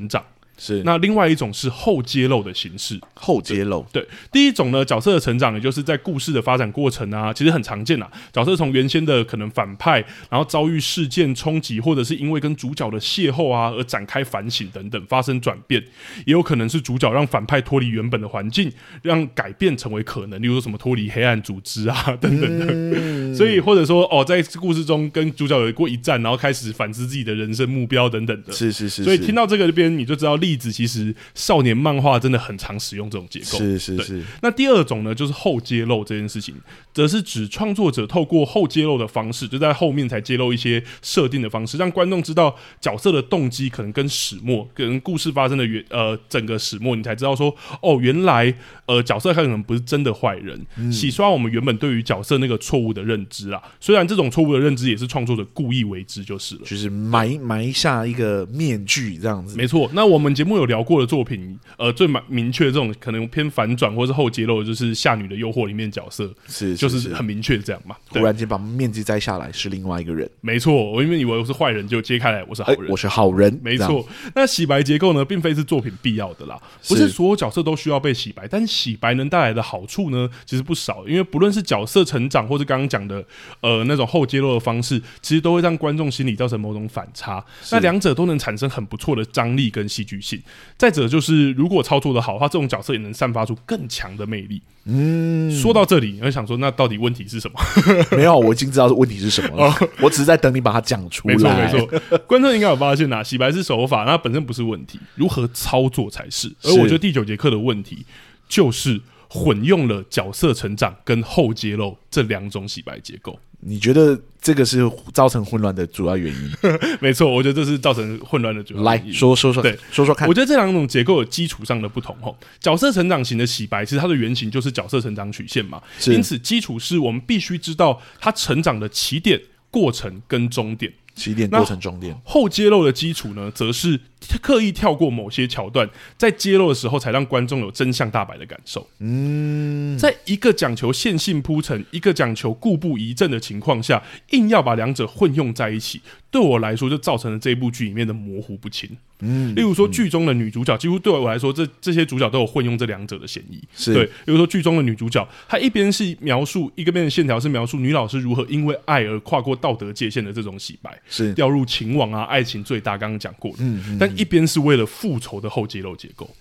是， 那另外一种是后揭露的形式。 后揭露， 对，第一种呢，角色的成长，也就是在故事的发展过程啊，其实很常见啦。角色从原先的可能反派，然后遭遇事件冲击，或者是因为跟主角的邂逅啊而展开反省等等，发生转变。也有可能是主角让反派脱离原本的环境，让改变成为可能，例如说什么脱离黑暗组织啊等等的。嗯、所以或者说哦，在故事中跟主角有过一战，然后开始反思自己的人生目标等等的。 是是 是, 是。 所以听到这个边，你就知道例子其实少年漫画真的很常使用这种结构。 是是是。 那第二种呢，就是后揭露这件事情，则是指创作者透过后揭露的方式，就在后面才揭露一些设定的方式，让观众知道角色的动机可能跟始末，跟故事发生的原呃整个始末，你才知道说哦，原来呃角色可能不是真的坏人，嗯、洗刷我们原本对于角色那个错误的认知啊。虽然这种错误的认知也是创作者故意为之，就是了， 就是埋埋下一个面具这样子。 没错，那我们节目有聊过的作品，呃，最明确这种可能偏反转或是后揭露的，就是《夏女的诱惑》里面角色， 是就是很明确这样嘛。 突然间把面具摘下来，是另外一个人。 没错，我原本以为我是坏人，就揭开来我是好人， 欸、我是好人。 没错，那洗白结构呢，并非是作品必要的啦，不是所有角色都需要被洗白，但洗白能带来的好处呢，其实不少。因为不论是角色成长，或是刚刚讲的呃那种后揭露的方式，其实都会让观众心里造成某种反差。那两者都能产生很不错的张力跟戏剧性。再者就是，如果操作的好的话，这种角色也能散发出更强的魅力。嗯，说到这里，你会想说，那到底问题是什么？ 没有，我已经知道问题是什么了。哦、我只是在等你把它讲出来。 没错，没错。观众应该有发现啊，洗白是手法，那本身不是问题，如何操作才是。而我觉得第九节课的问题就是混用了角色成长跟后揭露这两种洗白结构。 你觉得这个是造成混乱的主要原因？ 没错，我觉得这是造成混乱的主要原因。 来说说说，对，说说看。 我觉得这两种结构有基础上的不同吼。角色成长型的洗白，其实它的原型就是角色成长曲线嘛，因此基础是我们必须知道它成长的起点、过程跟终点。 起点、过程、终点。 后揭露的基础呢，则是刻意跳过某些桥段，在揭露的时候才让观众有真相大白的感受。嗯，在一个讲求线性铺陈，一个讲求故布疑阵的情况下，硬要把两者混用在一起，对我来说就造成了这部剧里面的模糊不清。嗯，例如说剧中的女主角，几乎对我来说，这这些主角都有混用这两者的嫌疑。 是对，比如说剧中的女主角，她一边是描述，一个边的线条是描述女老师如何因为爱而跨过道德界限的这种洗白， 是掉入情网啊、爱情最大，刚刚讲过的。嗯嗯，但一边是为了复仇的后揭露结构。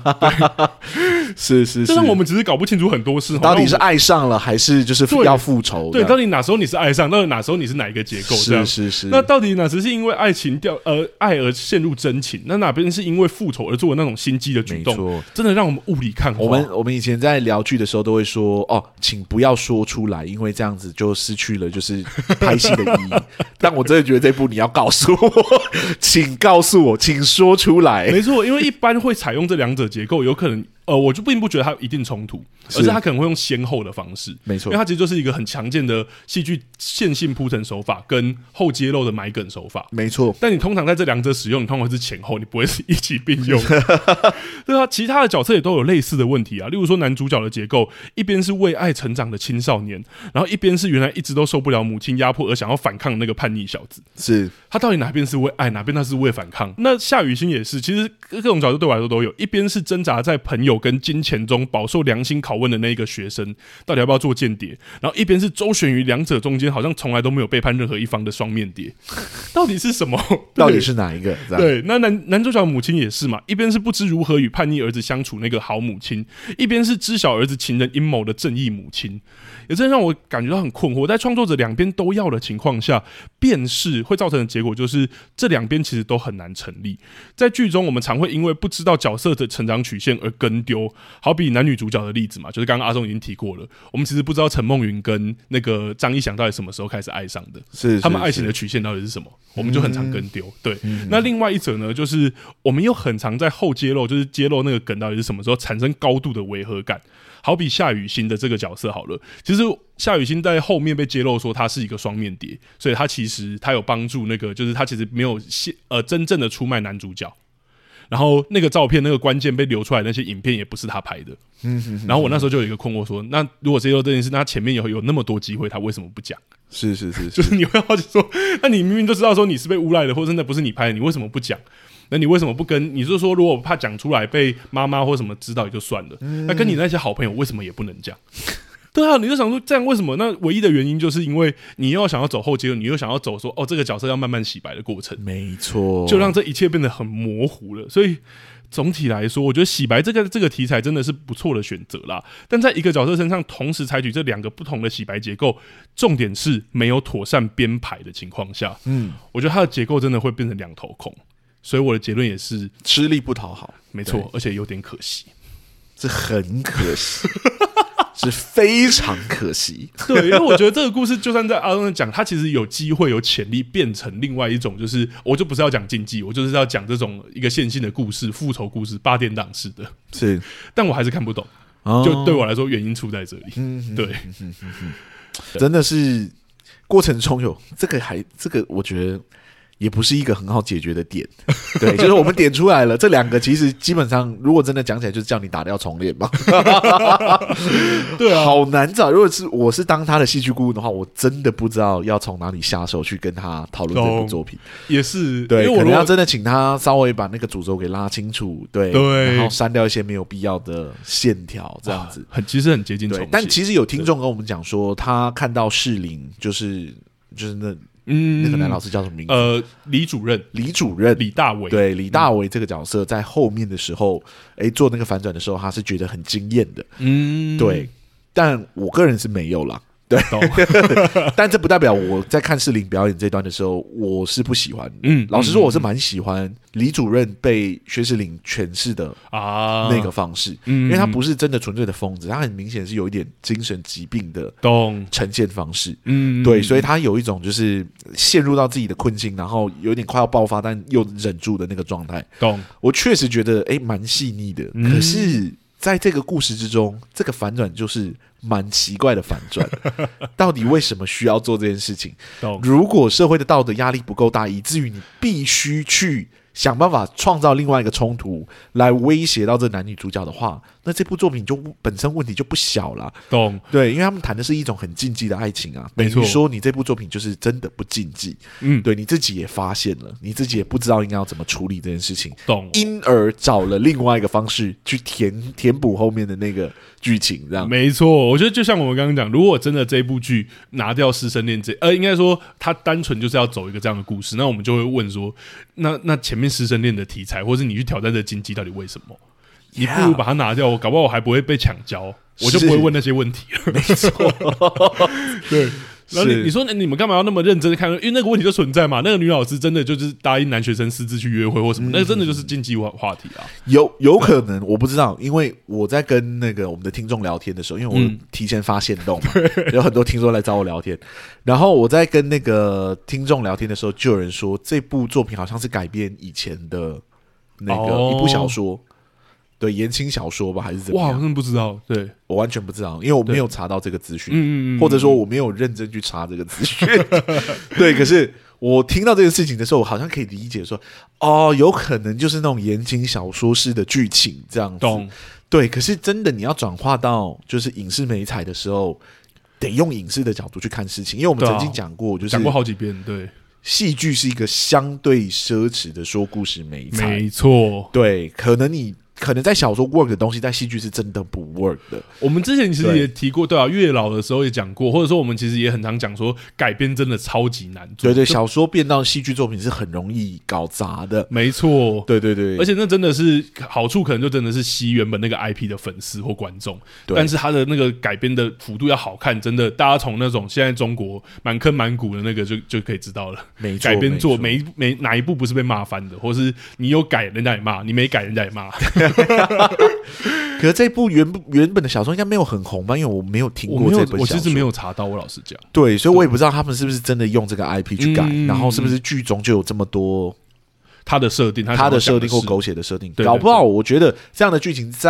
是是是， 这让我们只是搞不清楚很多事， 到底是爱上了还是就是要复仇？ 对，到底哪时候你是爱上，到底哪时候你是哪一个结构？ 是是是。 那到底哪时是因为爱情掉呃爱而陷入真情？那哪边是因为复仇而做的那种心机的举动？真的让我们雾里看花。 我们我们以前在聊剧的时候都会说哦，请不要说出来，因为这样子就失去了就是拍戏的意义。但我真的觉得这部你要告诉我，请告诉我，请说出来。 没错，因为一般会采用这两者结构，有可能。呃，我就并不觉得它一定冲突，而是它可能会用先后的方式， 没错， 因为它其实就是一个很常见的戏剧线性铺陈手法跟后揭露的埋梗手法， 没错。 但你通常在这两者使用，你通常会是前后，你不会是一起并用。对啊，其他的角色也都有类似的问题啊，例如说男主角的结构，一边是为爱成长的青少年，然后一边是原来一直都受不了母亲压迫而想要反抗的那个叛逆小子， 是他到底哪边是为爱，哪边他是为反抗？那夏雨欣也是，其实各种角色对我来说都有，一边是挣扎在朋友跟金钱中饱受良心拷问的那一个学生，到底要不要做间谍？然后一边是周旋于两者中间，好像从来都没有背叛任何一方的双面谍，到底是什么？ 到底是哪一个？ 对，那男男主角的母亲也是嘛，一边是不知如何与叛逆儿子相处那个好母亲，一边是知晓儿子情人阴谋的正义母亲，也真让我感觉到很困惑。在创作者两边都要的情况下，辨识会造成的结果就是这两边其实都很难成立。在剧中，我们常会因为不知道角色的成长曲线而跟丢。好比男女主角的例子嘛，就是刚刚阿松已经提过了，我们其实不知道陈梦云跟那个张一翔到底什么时候开始爱上的， 是, 是他们爱情的曲线到底是什么，我们就很常跟丢。嗯、对、嗯，那另外一者呢，就是我们又很常在后揭露，就是揭露那个梗到底是什么时候产生高度的违和感。好比夏雨欣的这个角色好了，其实夏雨欣在后面被揭露说他是一个双面谍，所以他其实他有帮助那个，就是他其实没有呃真正的出卖男主角。 然后那个照片那个关键被流出来那些影片也不是他拍的。 嗯哼哼， 然后我那时候就有一个困惑说，那如果揭露这件事，那前面有有那么多机会，他为什么不讲？ 是是 是, 是， 就是你会好奇说，那你明明就知道说你是被诬赖的，或者那不是你拍的，你为什么不讲？那你为什么不跟？你是说如果怕讲出来被妈妈或什么知道也就算了，嗯、那跟你那些好朋友为什么也不能讲？对啊，你就想说这样为什么？那唯一的原因就是因为你又想要走后阶段，你又想要走说哦这个角色要慢慢洗白的过程， 没错， 就让这一切变得很模糊了。所以总体来说，我觉得洗白这个这个题材真的是不错的选择啦。但在一个角色身上同时采取这两个不同的洗白结构，重点是没有妥善编排的情况下，嗯，我觉得它的结构真的会变成两头空。所以我的结论也是吃力不讨好， 没错，而且有点可惜， 这很可惜。是非常可惜， 对，因为我觉得这个故事就算在阿东讲，它其实有机会、有潜力变成另外一种，就是我就不是要讲竞技，我就是要讲这种一个线性的故事、复仇故事、八点档式的， 是， 但我还是看不懂，哦、就对我来说原因出在这里，嗯、对、嗯嗯嗯，真的是过程中有这个还这个，我觉得。也不是一个很好解决的点，对，就是我们点出来了，这两个其实基本上，如果真的讲起来，就是叫你打掉重练嘛。 对啊， 好难找。如果是我是当他的戏剧顾问的话，我真的不知道要从哪里下手去跟他讨论这部作品。 也是， 对，可能要真的请他稍微把那个主轴给拉清楚，对，对，然后删掉一些没有必要的线条，这样子， 很其实很接近重写。 但其实有听众跟我们讲说，他看到士林就是就是那。嗯，那个男老师叫什么名字？ 呃，李主任， 李主任， 李大为。 对，李大为这个角色在后面的时候，哎、欸，做那个反转的时候，他是觉得很惊艳的。嗯，对，但我个人是没有啦。对，但这不代表我在看士林表演这段的时候，我是不喜欢。嗯，老实说，我是蛮喜欢李主任被薛仕凌诠释的啊那个方式，嗯，因为他不是真的纯粹的疯子，他很明显是有一点精神疾病的呈现方式。嗯，对，所以他有一种就是陷入到自己的困境，然后有点快要爆发，但又忍住的那个状态。懂，我确实觉得哎蛮细腻的，嗯、可是在这个故事之中，这个反转就是。蛮奇怪的反转，到底为什么需要做这件事情？如果社会的道德压力不够大，以至于你必须去想办法创造另外一个冲突来威胁到这男女主角的话，那这部作品就本身问题就不小了。懂？对，因为他们谈的是一种很禁忌的爱情啊，等于说你这部作品就是真的不禁忌。嗯，对，你自己也发现了，你自己也不知道应该要怎么处理这件事情，懂？因而找了另外一个方式去填填补后面的那个剧情，这样没错。我觉得就像我们刚刚讲，如果真的这部剧拿掉师生恋这，呃，应该说它单纯就是要走一个这样的故事，那我们就会问说，那那前面师生恋的题材，或是你去挑战这经济，到底为什么？你不如把它拿掉，我搞不好我还不会被抢交，我就不会问那些问题了。 没错， 对。然后 你, 你说你们干嘛要那么认真看？因为那个问题就存在嘛。那个女老师真的就是答应男学生私自去约会或什么，嗯、那个真的就是禁忌话题啊。 有有可能我不知道，因为我在跟那个我们的听众聊天的时候，因为我提前发限动嘛，嗯、有很多听众来找我聊天。然后我在跟那个听众聊天的时候，就有人说这部作品好像是改编以前的那个一部小说。哦，对，言情小说吧，还是怎么样？ 哇，我真的不知道，对我完全不知道，因为我没有查到这个资讯，嗯嗯，或者说我没有认真去查这个资讯。对，可是我听到这个事情的时候，我好像可以理解说，哦，有可能就是那种言情小说式的剧情这样子。懂？对，可是真的你要转化到就是影视媒材的时候，得用影视的角度去看事情，因为我们曾经讲过，就是讲过好几遍，对。 戏剧是一个相对奢侈的说故事媒材， 没错， 对，可能你。可能在小说 work 的东西，在戏剧是真的不 work 的。 我们之前其实也提过，对啊，月老的时候也讲过，或者说我们其实也很常讲说，改编真的超级难做。 对对，小说变到戏剧作品是很容易搞砸的。 没错， 对对对， 而且那真的是好处，可能就真的是吸原本那个 I P 的粉丝或观众，但是他的那个改编的幅度要好看，真的，大家从那种现在中国满坑满谷的那个就就可以知道了。 没错， 改编做每每哪一部不是被骂翻的，或是你有改人家也骂，你没改人家也骂。 可是这部原原本的小说应该没有很红吧？因为我没有听过这本小说， 我其实没有查到。我老实讲， 对，所以我也不知道他们是不是真的用这个 I P 去改，嗯、然后是不是剧中就有这么多他的设定， 他的设定或狗血的设定，搞不好我觉得这样的剧情在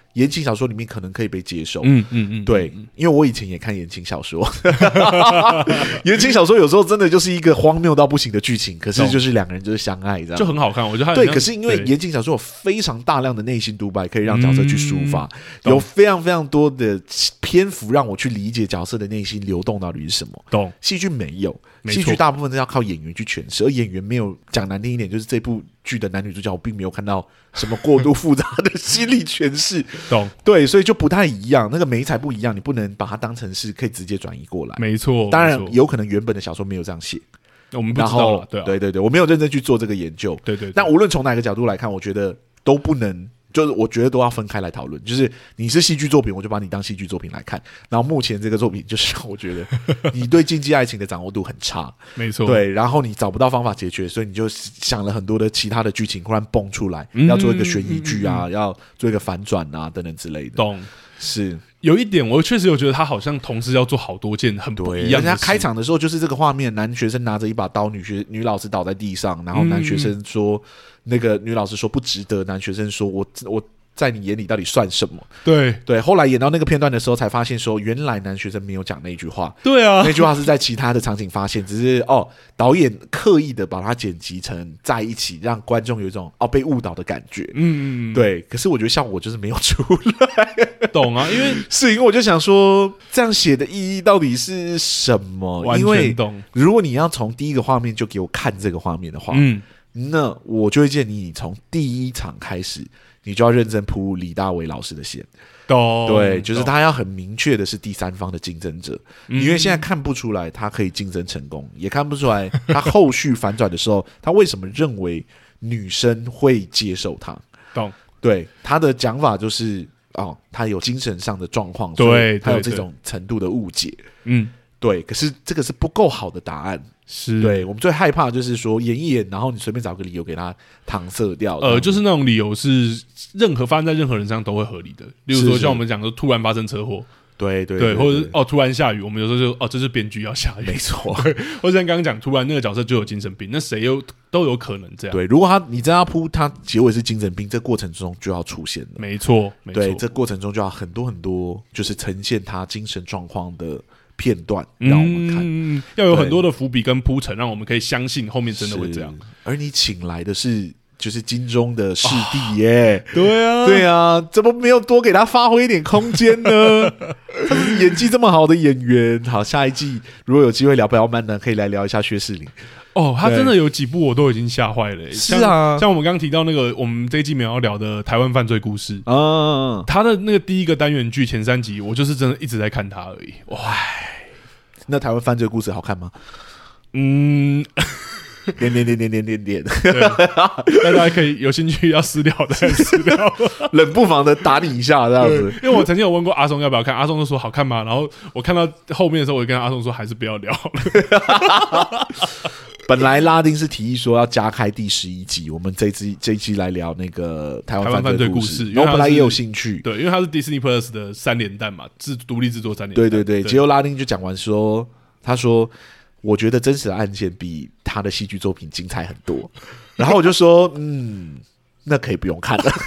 言情小说里面可能可以被接受。 嗯嗯嗯， 对，因为我以前也看言情小说，言情小说有时候真的就是一个荒谬到不行的剧情，可是就是两个人就是相爱这样， 就很好看。我觉得它对，可是因为言情小说有非常大量的内心独白可以让角色去抒发，嗯、有非常非常多的篇幅让我去理解角色的内心流动到底是什么。 懂？ 戏剧没有，戏剧大部分是要靠演员去诠释，而演员没有，讲难听一点，就是这部剧的男女主角我并没有看到什么过度复杂的心理诠释。 懂？ 对，所以就不太一样，那个媒材不一样，你不能把它当成是可以直接转移过来。 没错， 当然有可能原本的小说没有这样写。 我们不知道了，对啊， 对对对，我没有认真去做这个研究， 对 对, 对。 但无论从哪个角度来看，我觉得都不能，就是我觉得都要分开来讨论。就是你是戏剧作品，我就把你当戏剧作品来看。然后目前这个作品，就是让我觉得你对禁忌爱情的掌握度很差， 没错。 对，然后你找不到方法解决，所以你就想了很多的其他的剧情，忽然蹦出来，嗯、要做一个悬疑剧啊，嗯嗯嗯、要做一个反转啊，等等之类的。 懂？ 是。 有一点，我确实有觉得他好像同时要做好多件很不一样的事。 而且他开场的时候就是这个画面，男学生拿着一把刀，女学女老师倒在地上，然后男学生说，嗯、那个女老师说不值得，男学生说我我。在你眼里到底算什么？ 对对，后来演到那个片段的时候，才发现说，原来男学生没有讲那句话。 对啊， 那句话是在其他的场景发现，只是哦，导演刻意的把它剪辑成在一起，让观众有一种哦被误导的感觉。嗯嗯，对。可是我觉得效果就是没有出来。 懂啊，因为是因为我就想说，这样写的意义到底是什么？ 完全懂。 因为如果你要从第一个画面就给我看这个画面的话，嗯，那我就会建议你从第一场开始。你就要认真铺李大为老师的线，对，就是他要很明确的是第三方的竞争者，嗯、因为现在看不出来他可以竞争成功，也看不出来他后续反转的时候，他为什么认为女生会接受他？ 懂？ 对，他的讲法就是哦，他有精神上的状况，对，他有这种程度的误解，嗯，对。可是这个是不够好的答案。 是对我们最害怕的就是说演一演，然后你随便找个理由给他搪塞掉。 呃，就是那种理由是任何发生在任何人身上都会合理的。例如说，像我们讲说突然发生车祸， 对对对, 对, 对，或者是哦突然下雨，我们有时候就哦这是编剧要下雨， 没错。 或者像刚刚讲，突然那个角色就有精神病，那谁又都有可能这样。 对，如果他你真要铺他结尾是精神病，这过程中就要出现了。 没错，没错。 对，这过程中就要很多很多，就是呈现他精神状况的。片段让我们看、嗯， 要有很多的伏笔跟铺陈，让我们可以相信后面真的会这样。 而你请来的是就是金钟的视帝耶、 哦，对啊， 对啊，怎么没有多给他发挥一点空间呢？他是演技这么好的演员。好，下一季如果有机会聊不要慢呢，可以来聊一下薛仕凌。 哦，他真的有几部我都已经吓坏了、欸。 是啊， 像我们刚刚提到那个，我们这一季没有要聊的台湾犯罪故事啊，他的那个第一个单元剧前三集，我就是真的一直在看他而已。哇， 那台湾犯罪故事好看吗？ 嗯， 点点点点点点点， 大家可以有兴趣要私聊的私聊， 冷不防的打你一下这样子。 因为我曾经有问过阿松要不要看，阿松就说好看吗？然后我看到后面的时候，我就跟阿松说还是不要聊了。 本来拉丁是提议说要加开第十一集，我们这一集这一集来聊那个台湾犯罪故事，然后本来也有兴趣， 对，因为它是 Disney Plus 的三连弹嘛，制独立制作三连弹， 对对对。结果拉丁就讲完说，他说我觉得真实的案件比他的戏剧作品精彩很多，然后我就说，嗯，那可以不用看了。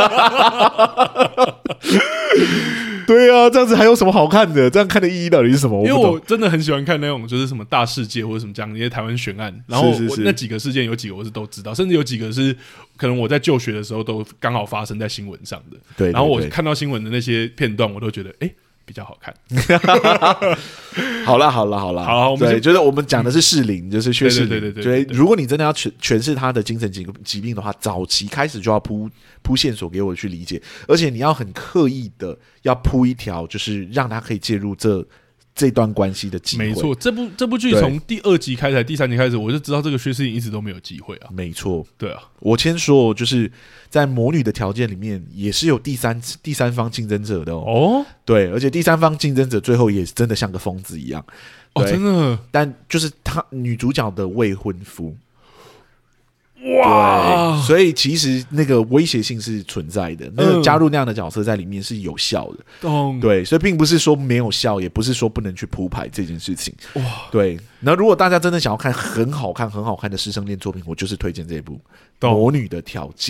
对啊，这样子还有什么好看的？这样看的意义到底是什么？ 因为我真的很喜欢看那种就是什么大事件或者什么这样的一些台湾悬案，然后我那几个事件有几个我是都知道，甚至有几个是可能我在就学的时候都刚好发生在新闻上的。对，然后我看到新闻的那些片段，我都觉得哎。欸比较好看。 好啦好啦好啦， 好，我们对，就是我们讲的是适龄，就是薛仕凌。 对对对对对， 如果你真的要诠诠释他的精神疾疾病的话，早期开始就要铺铺线索给我去理解，而且你要很刻意的要铺一条，就是让他可以介入这。这段关系的机会， 没错。这部这部剧从第二集开始，第三集开始，我就知道这个薛仕凌一直都没有机会啊。 没错， 对啊。 我先说，就是在魔女的条件里面，也是有第三第三方竞争者的哦。哦，对，而且第三方竞争者最后也真的像个疯子一样。 哦，真的。 但就是他女主角的未婚夫。 哇！ 所以其实那个威胁性是存在的，那个加入那样的角色在里面是有效的。 嗯、 对，所以并不是说没有效，也不是说不能去铺排这件事情。哇！对，那如果大家真的想要看很好看、很好看的师生恋作品，我就是推荐这一部《魔女的条件》。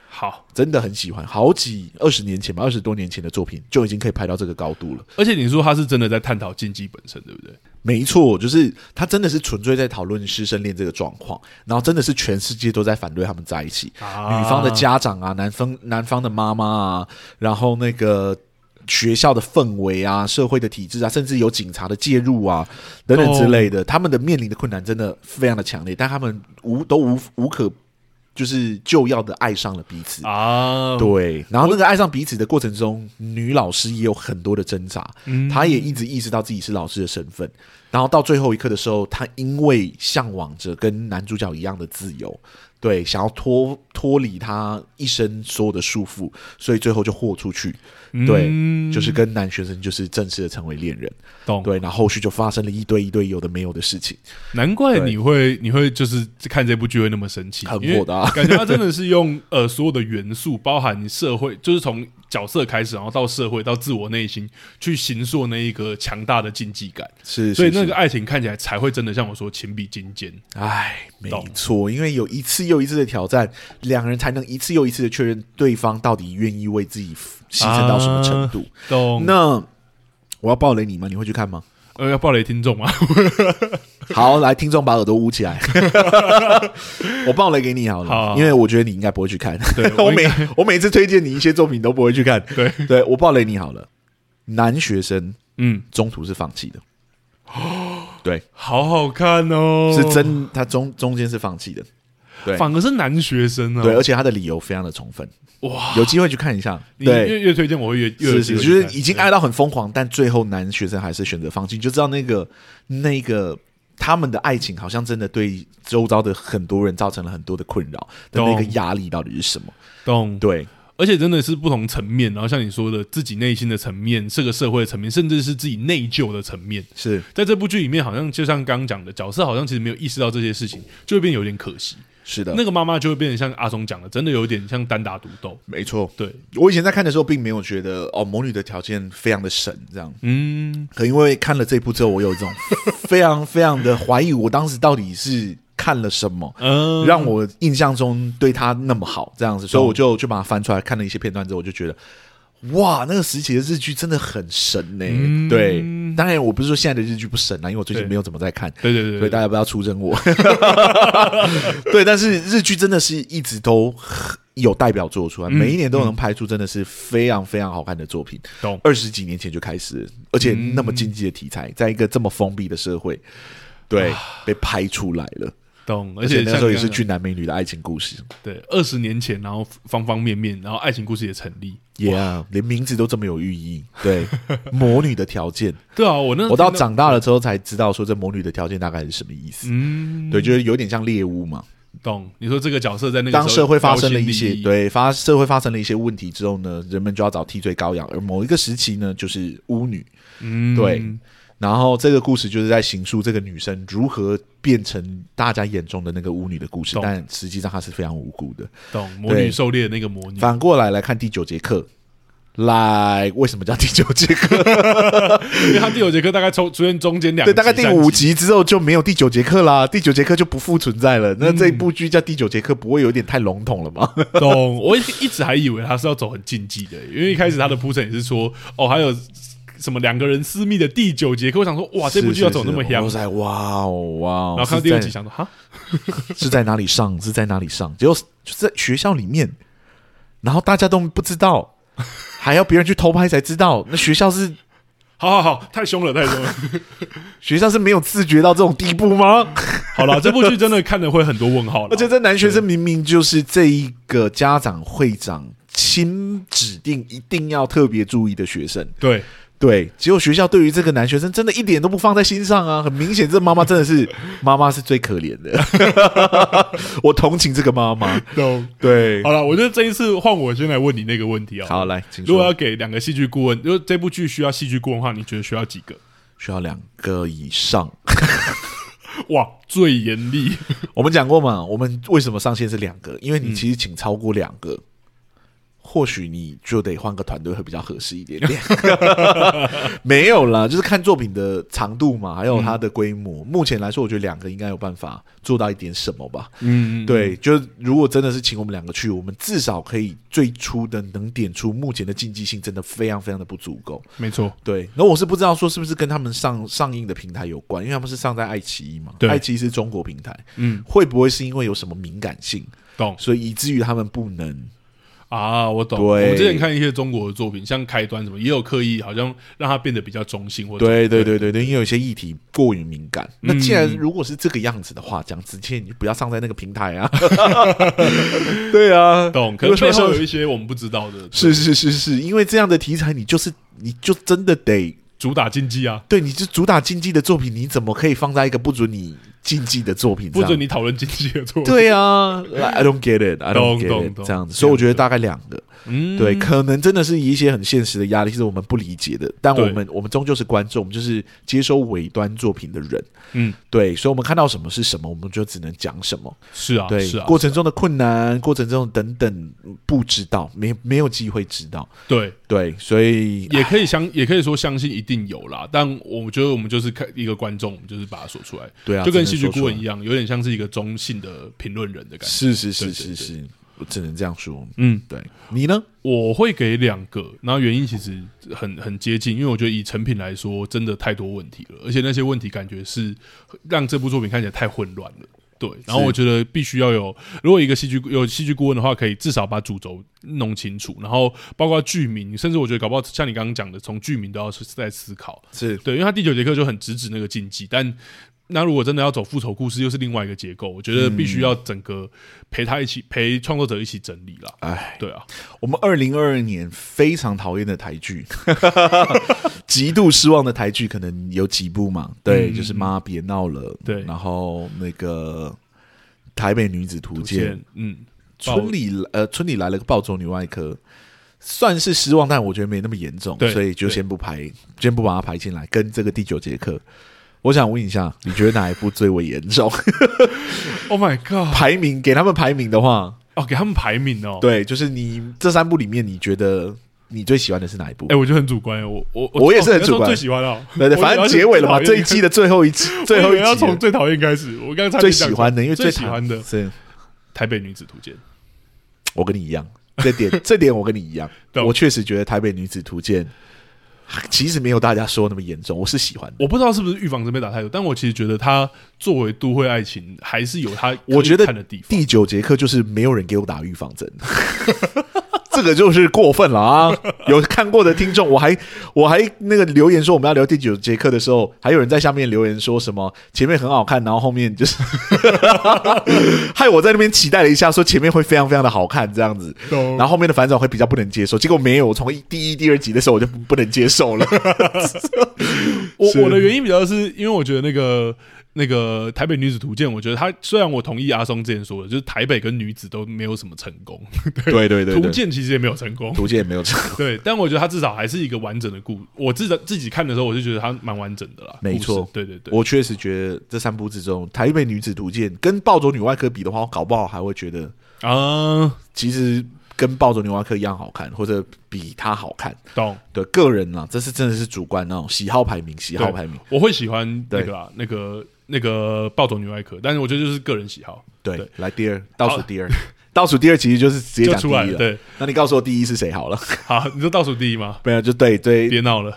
好， 真的很喜欢，好几二十年前吧，二十多年前的作品就已经可以拍到这个高度了。 而且你说他是真的在探讨禁忌本身，对不对？ 没错，就是他真的是纯粹在讨论师生恋这个状况，然后真的是全世界都在反对他们在一起，啊、女方的家长啊，男方男方的妈妈啊，然后那个学校的氛围啊，社会的体制啊，甚至有警察的介入啊等等之类的，他们的面临的困难真的非常的强烈，但他们无都无无可。就是就要的爱上了彼此啊，对，然后那个爱上彼此的过程中，女老师也有很多的挣扎，嗯，她也一直意识到自己是老师的身份，然后到最后一刻的时候，她因为向往着跟男主角一样的自由，对，想要脱脱离她一生所有的束缚，所以最后就豁出去，对，嗯、就是跟男学生就是正式的成为恋人，懂？对，然后后续就发生了一堆一堆有的没有的事情， 难怪你会你会就是看这部剧会那么生气， 很火的、啊， 感觉他真的是用呃所有的元素，包含社会，就是从角色开始，然后到社会，到自我内心，去形塑那一个强大的禁忌感， 是， 所以那个爱情看起来才会真的像我说情比金坚。 哎，没错，因为有一次又一次的挑战，两人才能一次又一次的确认对方到底愿意为自己牺牲到什么程度。啊、懂？那我要爆雷你吗？你会去看吗？ 呃，要爆雷听众吗？ 好，来，听众把耳朵捂起来。我爆雷给你好了，好，因为我觉得你应该不会去看。对我每我每次推荐你一些作品都不会去看。对，对我爆雷你好了。男学生，嗯，中途是放弃的。对， 好好看哦， 是真，他中中间是放弃的。对， 反而是男学生啊。 对，而且他的理由非常的充分。哇，有机会去看一下。对， 越越推荐我会越越是是，就是已经爱到很疯狂，但最后男学生还是选择放弃，你就知道那个那个他们的爱情好像真的对周遭的很多人造成了很多的困扰的那个压力到底是什么？ 懂？ 对， 而且真的是不同层面，然后像你说的，自己内心的层面，这个社会的层面，甚至是自己内疚的层面， 是在这部剧里面，好像就像刚刚讲的，角色好像其实没有意识到这些事情，就会变有点可惜。 是的， 那个妈妈就会变成像阿松讲的，真的有点像单打独斗。 没错， 对， 我以前在看的时候，并没有觉得哦，魔女的条件非常的神这样。嗯，可因为看了这部之后，我有这种非常非常的怀疑，我当时到底是看了什么，嗯，让我印象中对他那么好这样子，所以我就就把它翻出来看了一些片段之后，我就觉得。哇，那个时期的日剧真的很神呢、欸嗯。对，当然我不是说现在的日剧不神啊，因为我最近没有怎么在看。 对对 对, 对， 所以大家不要出征我。对，但是日剧真的是一直都有代表作出来，嗯、每一年都能拍出真的是非常非常好看的作品。懂，二十几年前就开始了，而且那么禁忌的题材，在一个这么封闭的社会，对，被拍出来了。 懂， 而且那时候也是俊男美女的爱情故事。 对，二十年前，然后方方面面，然后爱情故事也成立。 Yeah， 连名字都这么有寓意。对，魔女的条件。 对啊，我那我到长大了之后才知道，说这魔女的条件大概是什么意思。嗯，对，就是有点像猎物嘛。 懂？你说这个角色在那个当社会发生了一些对发社会发生了一些问题之后呢，人们就要找替罪羔羊，而某一个时期呢，就是巫女。嗯，对。然后这个故事就是在形塑这个女生如何变成大家眼中的那个巫女的故事，但实际上她是非常无辜的。 懂，魔女狩猎的那个魔女。 反过来来看第九节课，来为什么叫第九节课？ 因为他第九节课大概出出现中间两集， 对，大概第五集之后就没有第九节课啦，第九节课就不复存在了。那这一部剧叫第九节课，不会有点太笼统了吗？ 懂，我一直还以为他是要走很禁忌的，因为一开始他的铺陈也是说，哦，还有。什么两个人私密的第九节课，我想说，哇，这部剧要走那么香， 我在哇哦哇哦， 然后看到第二集，想说，哈， 是在哪里上？是在哪里上？结果就在学校里面，然后大家都不知道，还要别人去偷拍才知道。那学校是， 好好好，太凶了，太凶了。 学校是没有自觉到这种地步吗？ 好了，这部剧真的看了会很多问号了。 而且这男学生明明就是这一个家长会长亲指定一定要特别注意的学生， 对。 对，结果学校对于这个男学生真的一点都不放在心上啊！很明显，这妈妈真的是妈妈是最可怜的，我同情这个妈妈。对， 好了，我觉得这一次换我先来问你那个问题啊。 好，来，请说。 如果要给两个戏剧顾问，如果这部剧需要戏剧顾问的话，你觉得需要几个？ 需要两个以上。 哇，最严厉。我们讲过嘛，我们为什么上限是两个？因为你其实请超过两个。 或许你就得换个团队会比较合适一点点。没有啦，就是看作品的长度嘛，还有它的规模、嗯、目前来说我觉得两个应该有办法做到一点什么吧。嗯，对，就如果真的是请我们两个去，我们至少可以最初的能点出目前的竞技性真的非常非常的不足够。 没错， 对。那我是不知道说是不是跟他们上上映的平台有关，因为他们是上在爱奇艺嘛，爱奇艺是中国平台，嗯，会不会是因为有什么敏感性，懂，所以以至于他们不能啊？我懂。我们之前看一些中国的作品，像开端什么，也有刻意好像让它变得比较中性，或者对对对对对，因为有些议题过于敏感。嗯、那既然如果是这个样子的话，讲直接你不要上在那个平台啊。对啊， 懂。可能背后有一些我们不知道的。 是是是是，因为这样的题材，你就是你就真的得主打竞技啊。 对，你就主打竞技的作品，你怎么可以放在一个不准你竞技的作品上， 不准你讨论竞技的作品？ 对啊 ，I don't get it, I don't get it， 这样子。所以我觉得大概两个，嗯，对，可能真的是一些很现实的压力，是我们不理解的。但我们我们终究是观众，我们就是接收尾端作品的人，嗯，对，所以我们看到什么是什么，我们就只能讲什么。 是啊， 对， 是啊， 过程中的困难，过程中等等不知道，没没有机会知道。 对对，所以也可以相也可以说相信一定有啦，但我觉得我们就是看一个观众，我们就是把它说出来。 对啊， 就跟戏剧顾问一样，有点像是一个中性的评论人的感觉。 是是是是是，我只能这样说。嗯，对，你呢？ 我会给两个，然后原因其实很很接近，因为我觉得以成品来说，真的太多问题了，而且那些问题感觉是让这部作品看起来太混乱了。对，然后我觉得必须要有，如果一个戏剧有戏剧顾问的话，可以至少把主轴弄清楚，然后包括剧名，甚至我觉得搞不好像你刚刚讲的，从剧名都要在思考。 是对，因为他第九节课就很直指那个禁忌，但那如果真的要走复仇故事，又是另外一个结构，我觉得必须要整个陪他一起陪创作者一起整理啦。哎，对啊， 我们二零二二年非常讨厌的台剧，极度失望的台剧，可能有几部嘛？对，嗯、就是妈别闹了， 对， 然后那个台北女子图鉴，嗯，村里呃村里来了个暴走女外科。算是失望，但我觉得没那么严重，所以就先不排，先不把它排进来。跟这个第九节课，我想问一下，你觉得哪一部最为严重 ？Oh my god！ 排名给他们排名的话， 哦，给他们排名哦。 对，就是你这三部里面，你觉得你最喜欢的是哪一部？ 哎、欸，我觉得很主观，我我我也是很主观， 最喜欢哦。 对对，反正结尾了嘛，这一季的最后一集，最后一集要从最讨厌开始。我刚才最喜欢的，因为最喜欢的是《 台北女子图鉴》。 我跟你一样。这点，这点我跟你一样，我确实觉得《台北女子图鉴》其实没有大家说那么严重，我是喜欢的。 我不知道是不是预防针被打太多，但我其实觉得它作为都会爱情，还是有它我觉得看的地方。 第九节课就是没有人给我打预防针。这个就是过分了啊！有看过的听众，我还我还那个留言说我们要聊第九节课的时候，还有人在下面留言说什么前面很好看，然后后面就是害我在那边期待了一下，说前面会非常非常的好看这样子，然后后面的反转会比较不能接受，结果没有，我从第一、第二集的时候我就不能接受了。 我我的原因比较是因为我觉得那个。那个台北女子图鉴，我觉得他虽然我同意阿松之前说的，就是台北跟女子都没有什么成功， 对对 对, 对， 图鉴其实也没有成功， 图鉴也没有成功， 对，但我觉得他至少还是一个完整的故，我自自己看的时候，我就觉得他蛮完整的啦， 没错， 对对对， 我确实觉得这三部之中，台北女子图鉴跟暴走女外科比的话，我搞不好还会觉得啊，其实。跟暴走女外科一样好看，或者比它好看， 懂？ 对，个人啊，这是真的是主观那种喜好排名，喜好排名， 我会喜欢那个啦，那个那个暴走女外科，但是我觉得就是个人喜好。 对，对来第二，倒数第二，倒数第二其实就是直接讲第一 了, 了。 对， 那你告诉我第一是谁好了？ 好，你说倒数第一吗？ 没有，就对对， 别闹了。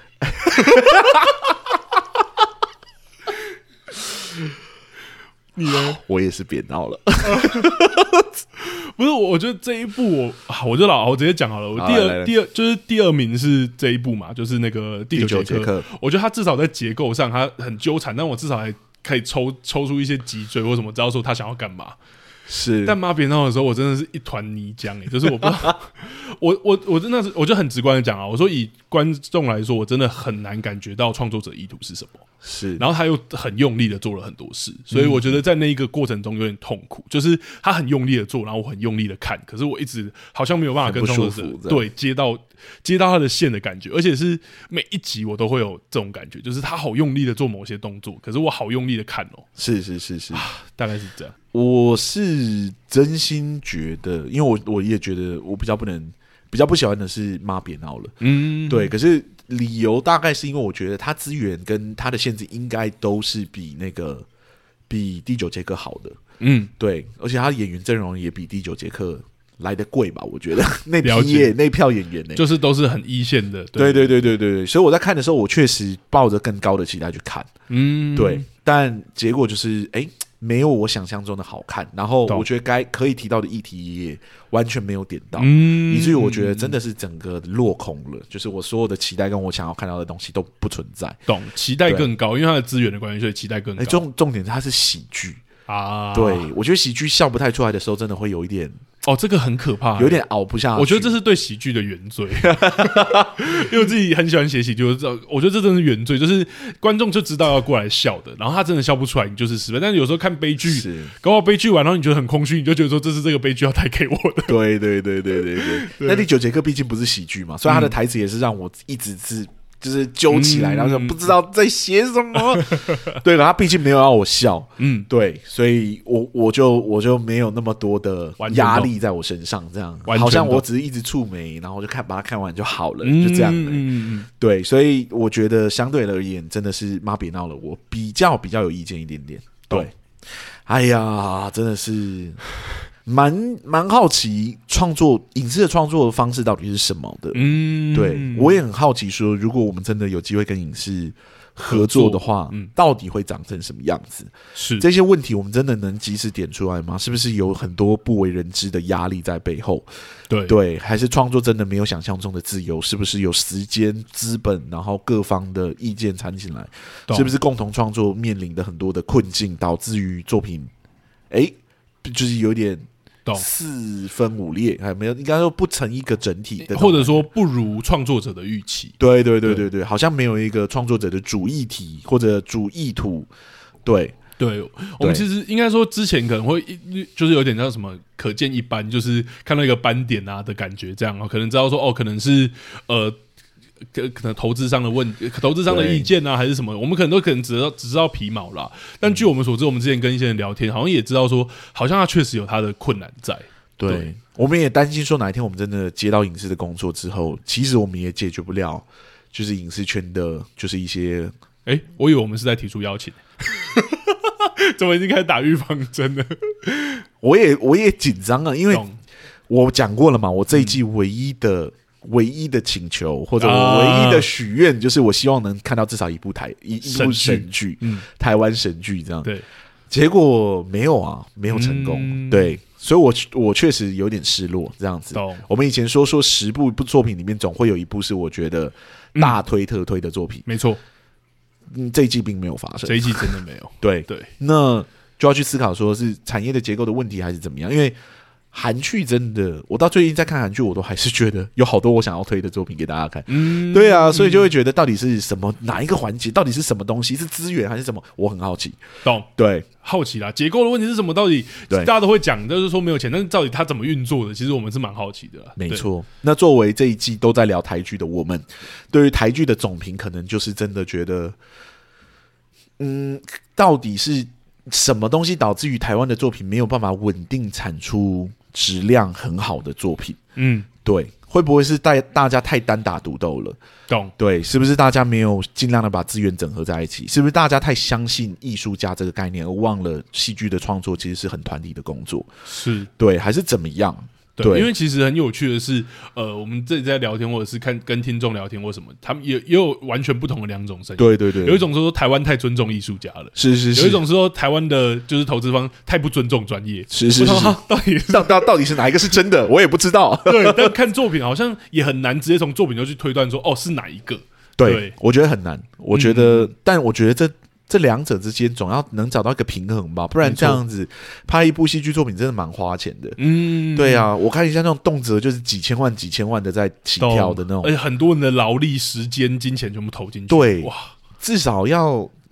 你呢？ 我也是别闹了。 不是，我觉得这一部我我就老我直接讲好了。我第二来来来第二就是第二名是这一部嘛，就是那个第九节课。我觉得他至少在结构上他很纠缠，但我至少还可以抽抽出一些脊椎或什么，知道说他想要干嘛。 是， 但妈别闹的时候，我真的是一团泥浆哎、欸，就是我不知道，我我我真的是，我就很直观的讲啊，我说以观众来说，我真的很难感觉到创作者意图是什么。 是， 然后他又很用力的做了很多事，所以我觉得在那一个过程中有点痛苦，就是他很用力的做，然后我很用力的看，可是我一直好像没有办法跟创作者对接到接到他的线的感觉，而且是每一集我都会有这种感觉，就是他好用力的做某些动作，可是我好用力的看哦， 是是是是、啊， 大概是这样。 我是真心觉得，因为我我也觉得我比较不能比较不喜欢的是妈别闹了，嗯，对，可是理由大概是因为我觉得他资源跟他的限制应该都是比那个比第九节课好的，嗯，对，而且他的演员阵容也比第九节课来得贵吧？我觉得那批耶那票演员呢、欸， 就是都是很一线的。 对对对对对对，所以我在看的时候，我确实抱着更高的期待去看。嗯，对，但结果就是哎、欸，没有我想象中的好看。然后我觉得该可以提到的议题也完全没有点到，嗯，以至于我觉得真的是整个落空了。就是我所有的期待跟我想要看到的东西都不存在。 懂，期待更高，因为它的资源的关系，所以期待更高。 欸、重重点是它是喜剧啊，对，我觉得喜剧笑不太出来的时候，真的会有一点。 哦，这个很可怕、欸， 有点熬不下去。 我觉得这是对喜剧的原罪，因为我自己很喜欢写喜剧，我知道，我觉得这真的是原罪，就是观众就知道要过来笑的，然后他真的笑不出来，你就是失败。但是有时候看悲剧，搞好悲剧完，然后你觉得很空虚，你就觉得说这是这个悲剧要带给我的。 对对对对对 对, 对。那第九节课毕竟不是喜剧嘛，所以他的台词也是让我一直是。就是揪起来，然后就不知道在写什么。对了，他毕竟没有让我笑，嗯，对，所以我我就我就没有那么多的压力在我身上，这样好像我只是一直触眉，然后就看把它看完就好了，嗯、就这样的、欸。嗯、对，所以我觉得相对而言，真的是妈别闹了，我比较比较有意见一点点。对，哎呀，真的是。蛮蛮好奇创作影视的创作的方式到底是什么的，嗯，对我也很好奇说，如果我们真的有机会跟影视合作的话，嗯，到底会长成什么样子？是这些问题，我们真的能及时点出来吗？是不是有很多不为人知的压力在背后？对对，还是创作真的没有想象中的自由？是不是有时间、资本，然后各方的意见掺进来？是不是共同创作面临的很多的困境，导致于作品，哎，就是有点。四分五裂，还没有，应该说不成一个整体的， 或者说不如创作者的预期。 对对对对对，好像没有一个创作者的主议题或者主意图。对对，我们其实应该说之前可能会就是有点像什么可见一斑，就是看到一个斑点啊的感觉，这样可能知道说哦，可能是呃。可可能投资商的问，投资商的意见啊，还是什么？我们可能都可能只知道只知道皮毛啦。但据我们所知，我们之前跟一些人聊天，好像也知道说，好像他确实有他的困难在。 对，对我们也担心说，哪一天我们真的接到影视的工作之后，其实我们也解决不了，就是影视圈的，就是一些…… 哎、欸，我以为我们是在提出邀请，怎么已经开始打预防针了？ 我也我也紧张啊，因为我讲过了嘛，我这一季唯一的。嗯唯一的请求或者我唯一的许愿，就是我希望能看到至少一部台一一部神剧，嗯，台湾神剧这样。对，结果没有啊，没有成功。嗯、对，所以我我确实有点失落。这样子，我们以前说说十部部作品里面，总会有一部是我觉得大推特推的作品。 没错， 嗯，这一季并没有发生， 这一季真的没有。 对对，那就要去思考说是产业的结构的问题还是怎么样，因为。韩剧真的，我到最近在看韩剧，我都还是觉得有好多我想要推的作品给大家看。嗯，对啊，所以就会觉得到底是什么哪一个环节，到底是什么东西，是资源还是什么？我很好奇。 懂？ 对， 好奇啦。结构的问题是什么？到底大家都会讲，就是说没有钱，但是到底它怎么运作的？其实我们是蛮好奇的啦。 没错。那作为这一季都在聊台剧的我们，对于台剧的总评，可能就是真的觉得，嗯，到底是什么东西导致于台湾的作品没有办法稳定产出？质量很好的作品，嗯，对，会不会是大大家太单打独斗了？ 懂？对， 是不是大家没有尽量的把资源整合在一起？是不是大家太相信艺术家这个概念，而忘了戏剧的创作其实是很团体的工作？是，对，还是怎么样？ 对，对因为其实很有趣的是，呃，我们这里在聊天，或者是看跟听众聊天或什么，他们也也有完全不同的两种声音。 对对对， 有一种说台湾太尊重艺术家了， 是是是； 有一种说台湾的就是投资方太不尊重专业， 是是是。 到底到到到底是哪一个是真的，我也不知道。 对，但看作品好像也很难直接从作品就去推断说，哦，是哪一个？ 对，对我觉得很难。我觉得，嗯、但我觉得这。这两者之间总要能找到一个平衡吧，不然这样子拍一部戏剧作品真的蛮花钱的。嗯，对啊，我看一下那种动辄就是几千万、几千万的在起跳的那种， 而且很多人的劳力、时间、金钱全部投进去。 对，哇，至少要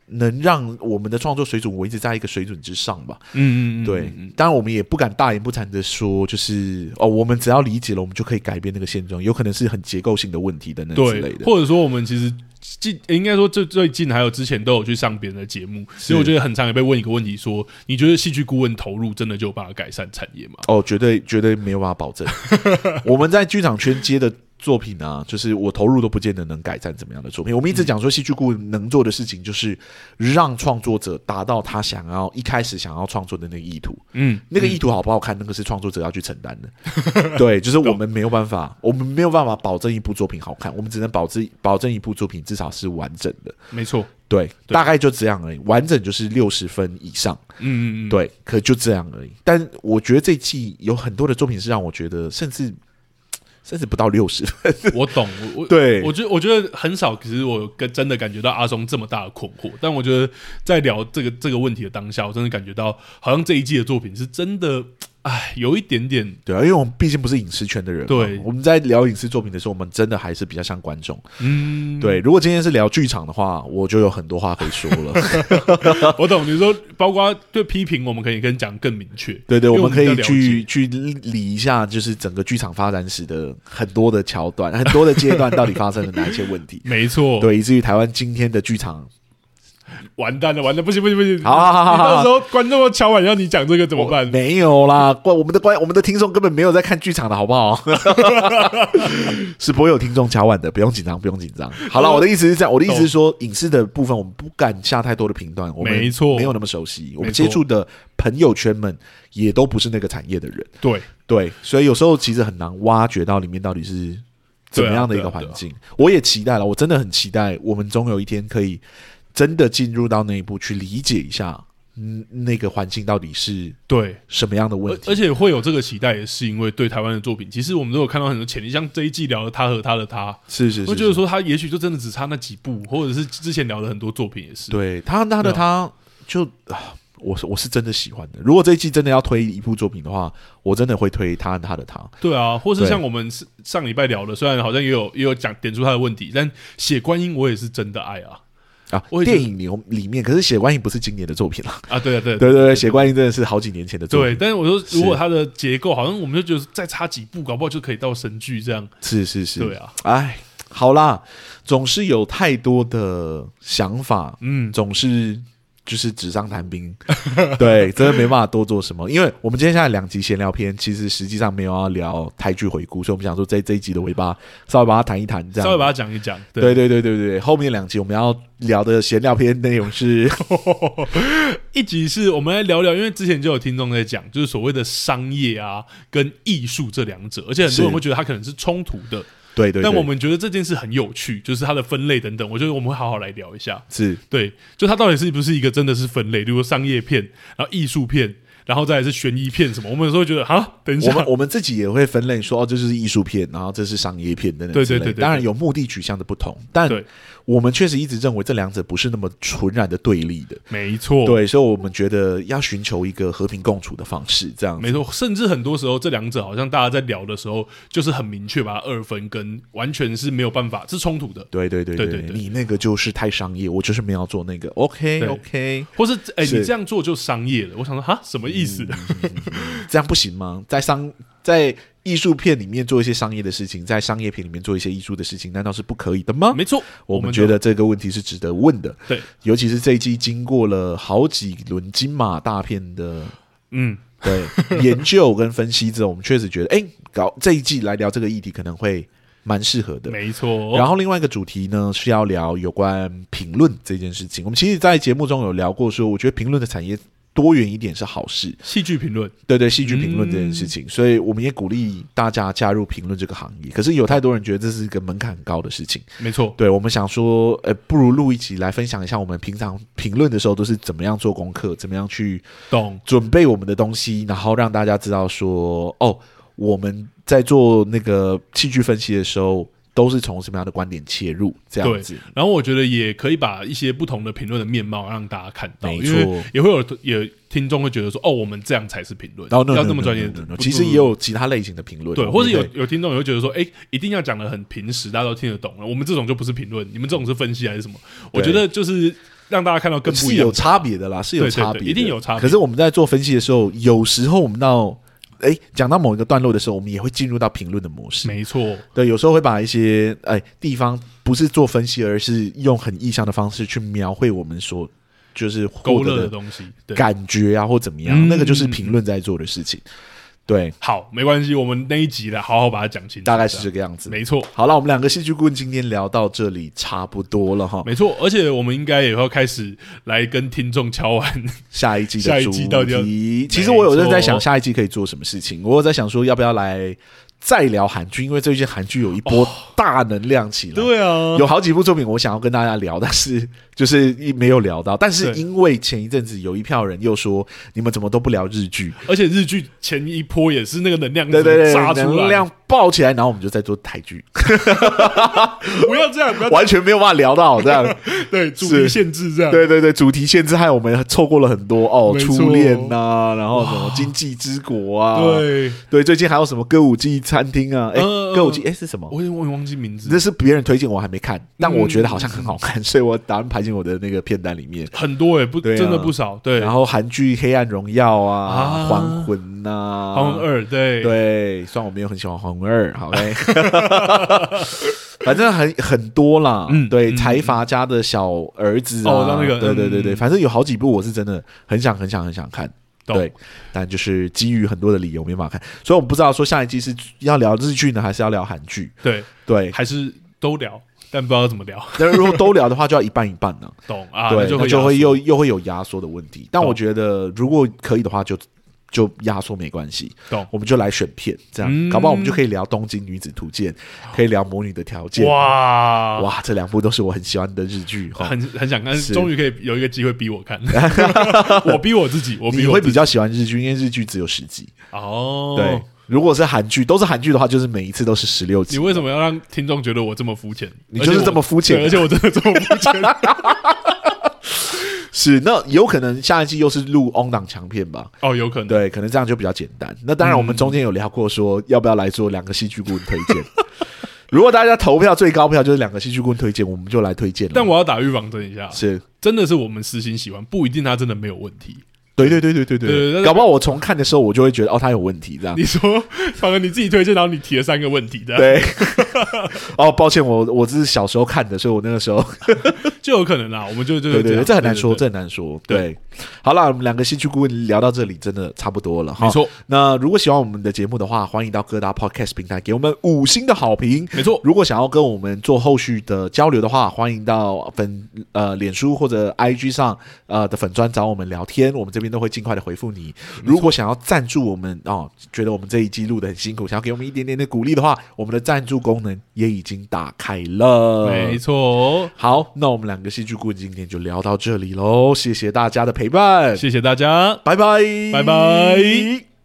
能让我们的创作水准维持在一个水准之上吧。 嗯嗯嗯， 对。当然，我们也不敢大言不惭的说，就是哦，我们只要理解了，我们就可以改变那个现状，有可能是很结构性的问题等等之类的。 或者说，我们其实近应该说最最近还有之前都有去上别人的节目，所以我觉得很常也被问一个问题说，你觉得戏剧顾问投入真的就有办法改善产业吗？ 哦，绝对绝对没有办法保证。我们在剧场圈接的作品啊，就是我投入都不见得能改善怎么样的作品。我们一直讲说，戏剧顾问能做的事情就是让创作者达到他想要一开始想要创作的那个意图。嗯，那个意图好不好看，那个是创作者要去承担的。对，就是我们没有办法，我们没有办法保证一部作品好看，我们只能保证保证一部作品至少是完整的。 没错， 对，大概就这样而已。完整就是六十分以上。嗯嗯嗯，对，可就这样而已。但我觉得这一季有很多的作品是让我觉得，甚至。甚至不到六十分， 我懂，我对， 我觉得我觉得很少，其实我跟真的感觉到阿松这么大的困惑。但我觉得在聊这个这个问题的当下，我真的感觉到，好像这一季的作品是真的，哎，有一点点对啊，因为我们毕竟不是影视圈的人，对，我们在聊影视作品的时候，我们真的还是比较像观众，嗯，对。如果今天是聊剧场的话，我就有很多话可以说了。 我懂你说，包括对批评，我们可以跟讲更明确， 对对，我们可以去去理一下，就是整个剧场发展史的很多的桥段、很多的阶段，到底发生了哪一些问题？ 没错， 对，以至于台湾今天的剧场。 完蛋了，完蛋，不行不行不行！ 好好好好， 你到时候观众敲碗要你讲这个怎么办？ 没有啦，我们的观我们的听众根本没有在看剧场的好不好？是不会有听众敲碗的，不用紧张，不用紧张。好了，我的意思是这样，我的意思是说，影视的部分我们不敢下太多的评断，我们没错，没有那么熟悉，我们接触的朋友圈们也都不是那个产业的人， 对对，所以有时候其实很难挖掘到里面到底是怎么样的一个环境。啊啊啊、我也期待了，我真的很期待，我们总有一天可以。真的进入到那一步去理解一下，嗯，那个环境到底是对什么样的问题？ 而且会有这个期待，也是因为对台湾的作品，其实我们都有看到很多潜力，像这一季聊的他和他的他， 是是是， 会觉得说他也许就真的只差那几部，或者是之前聊的很多作品也是。 对他他的他就啊，我我是真的喜欢的。如果这一季真的要推一部作品的话，我真的会推他和他的他。 对啊，或是像我们上礼拜聊的，虽然好像也有也有讲点出他的问题，但血观音我也是真的爱啊。 啊，电影里里面，可是血观音不是今年的作品了啊！对啊，对对对对，血观音真的是好几年前的作品。 对，但是我说，如果它的结构好像我们就觉得再差几步，搞不好就可以到神剧这样。 是是是， 对啊。 哎，好啦，总是有太多的想法，嗯，总是就是纸上谈兵，对，真的没办法多做什么。因为我们今天下来两集闲聊篇，其实实际上没有要聊台剧回顾，所以我们想说在这一集的尾巴稍微把它谈一谈，这样稍微把它讲一讲。 对对对对对，后面两集我们要聊的闲聊篇内容是一集是我们来聊聊，因为之前就有听众在讲，就是所谓的商业啊跟艺术这两者，而且很多人会觉得它可能是冲突的。 对 对, 对， 但我们觉得这件事很有趣，就是它的分类等等，我觉得我们会好好来聊一下。 是对，就它到底是不是一个真的是分类，比如说商业片，然后艺术片，然后再来是悬疑片什么，我们有时候会觉得哈，等一下， 我们我们自己也会分类说，哦，这就是艺术片，然后这是商业片等等之类。对对 对, 对, 对，当然有目的取向的不同，但我们确实一直认为这两者不是那么纯然的对立的。 没错， 对，所以我们觉得要寻求一个和平共处的方式，这样子。 没错，甚至很多时候这两者好像大家在聊的时候，就是很明确把它二分，跟完全是没有办法是冲突的。 对对对对 对, 对, 对，你那个就是太商业，我就是没有做那个。OK OK， 或是哎、欸，你这样做就商业了。我想说哈，什么意思？ 嗯这样不行吗？在商在艺术片里面做一些商业的事情，在商业片里面做一些艺术的事情，难道是不可以的吗？ 没错， 我们觉得这个问题是值得问的。 对， 尤其是这一季经过了好几轮金马大片的，嗯，对研究跟分析之后，我们确实觉得，哎、欸，搞这一季来聊这个议题可能会蛮适合的。 没错。 然后另外一个主题呢是要聊有关评论这件事情。我们其实，在节目中有聊过说，我觉得评论的产业多元一点是好事， 戏剧评论， 对对，戏剧评论这件事情、嗯，所以我们也鼓励大家加入评论这个行业。可是有太多人觉得这是一个门槛很高的事情， 没错。 对，我们想说，呃，不如录一集来分享一下我们平常评论的时候都是怎么样做功课，怎么样去懂准备我们的东西，然后让大家知道说，哦，我们在做那个戏剧分析的时候。都是从什么样的观点切入这样子， 然后我觉得也可以把一些不同的评论的面貌让大家看到， 没错， 因为也会有也听众会觉得说，哦，我们这样才是评论， 哦、no, 要那么专业。 no, no, no, no, 其实也有其他类型的评论， 对，或者有有听众也会觉得说，哎，一定要讲得很平实，大家都听得懂了，我们这种就不是评论，你们这种是分析还是什么？我觉得就是让大家看到更不一样， 是有差别的啦，是有差别的， 对对对，一定有差别。 可是我们在做分析的时候，有时候我们到哎讲到某一个段落的时候，我们也会进入到评论的模式。 没错， 对，有时候会把一些哎地方不是做分析，而是用很意象的方式去描绘我们所就是勾勒的东西， 感觉啊或怎么样，嗯、那个就是评论在做的事情。对， 好，没关系，我们那一集来好好把它讲清楚， 大概是这个样子。 没错， 好了，我们两个戏剧顾问今天聊到这里差不多了哈。 没错，而且我们应该也要开始来跟听众敲完下一季的主题。 到底要其实我有人在想下一季可以做什么事情，我有在想说要不要来再聊韩剧，因为最近韩剧有一波大能量起来。哦、 对啊， 有好几部作品我想要跟大家聊，但是就是没有聊到。但是因为前一阵子有一票人又说你们怎么都不聊日剧， 而且日剧前一波也是那个能量对对对炸出来， 能量爆起来，然后我们就在做台剧。 不要这样，不要这样， 完全没有办法聊到这样。 对，主题限制这样。 对对对，主题限制害我们错过了很多哦，初恋呐、啊，然后什么经济之国啊， 对对，最近还有什么歌舞伎餐厅啊？哎、呃，歌舞伎哎是什么？ 我也忘记名字。 这是别人推荐，我还没看，但我觉得好像很好看，嗯、所以我打算排进我的那个片单里面。 很多哎、欸，不、啊、真的不少。对， 然后韩剧《黑暗荣耀》啊，啊《还魂》呐，《 还魂二》对对，虽然我没有很喜欢《还魂二》，好嘞。反正很很多啦，嗯，对，嗯、财阀家的小儿子啊， 哦，那个， 对对对对，嗯、反正有好几部我是真的很想很想很想看，对，但就是基于很多的理由没办法看，所以我不知道说下一季是要聊日剧呢，还是要聊韩剧， 对对， 还是都聊，但不知道怎么聊。 但如果都聊的话，就要一半一半呢， 懂啊？ 对， 那就会又又会有压缩的问题，但我觉得如果可以的话就。就压缩没关系，我们就来选片，这样、嗯、搞不好我们就可以聊《东京女子图鉴》，可以聊《魔女的条件》。哇哇，这两部都是我很喜欢的日剧， 很很想看，终于可以有一个机会逼我看，我逼我自己，我逼我自己。 你会比较喜欢日剧，因为日剧只有十集哦。对，如果是韩剧，都是韩剧的话，就是每一次都是十六集。 你为什么要让听众觉得我这么肤浅？ 你就是这么肤浅， 而且我真的这么肤浅。 是，那有可能下一季又是录 on 档强片吧？ 哦，有可能， 对，可能这样就比较简单。那当然，我们中间有聊过说，要不要来做两个戏剧顾问推荐？如果大家投票最高票就是两个戏剧顾问推荐，我们就来推荐了。 但我要打预防针一下， 是， 真的是我们私心喜欢，不一定他真的没有问题。 对对对对对 对, 對, 對，搞不好我重看的时候，我就会觉得哦，他有问题这样。 你说，反而你自己推荐，然后你提了三个问题，这样对。哦，抱歉，我我这是小时候看的，所以我那个时候就有可能啦。我们就就对对对，这很难说，这很难说。对，好了，我们两个戏剧顾问聊到这里，真的差不多了哈。 没错。 那如果喜欢我们的节目的话，欢迎到各大 podcast 平台给我们五星的好评。 没错。 如果想要跟我们做后续的交流的话，欢迎到粉呃脸书或者 I G 上呃的粉专找我们聊天，我们这边都会尽快的回复你。如果想要赞助我们哦，觉得我们这一集录得很辛苦，想要给我们一点点的鼓励的话，我们的赞助功能也已经打开了。 没错。 好，那我们两个戏剧顾问今天就聊到这里咯，谢谢大家的陪伴， 谢谢大家， 拜拜， 拜拜。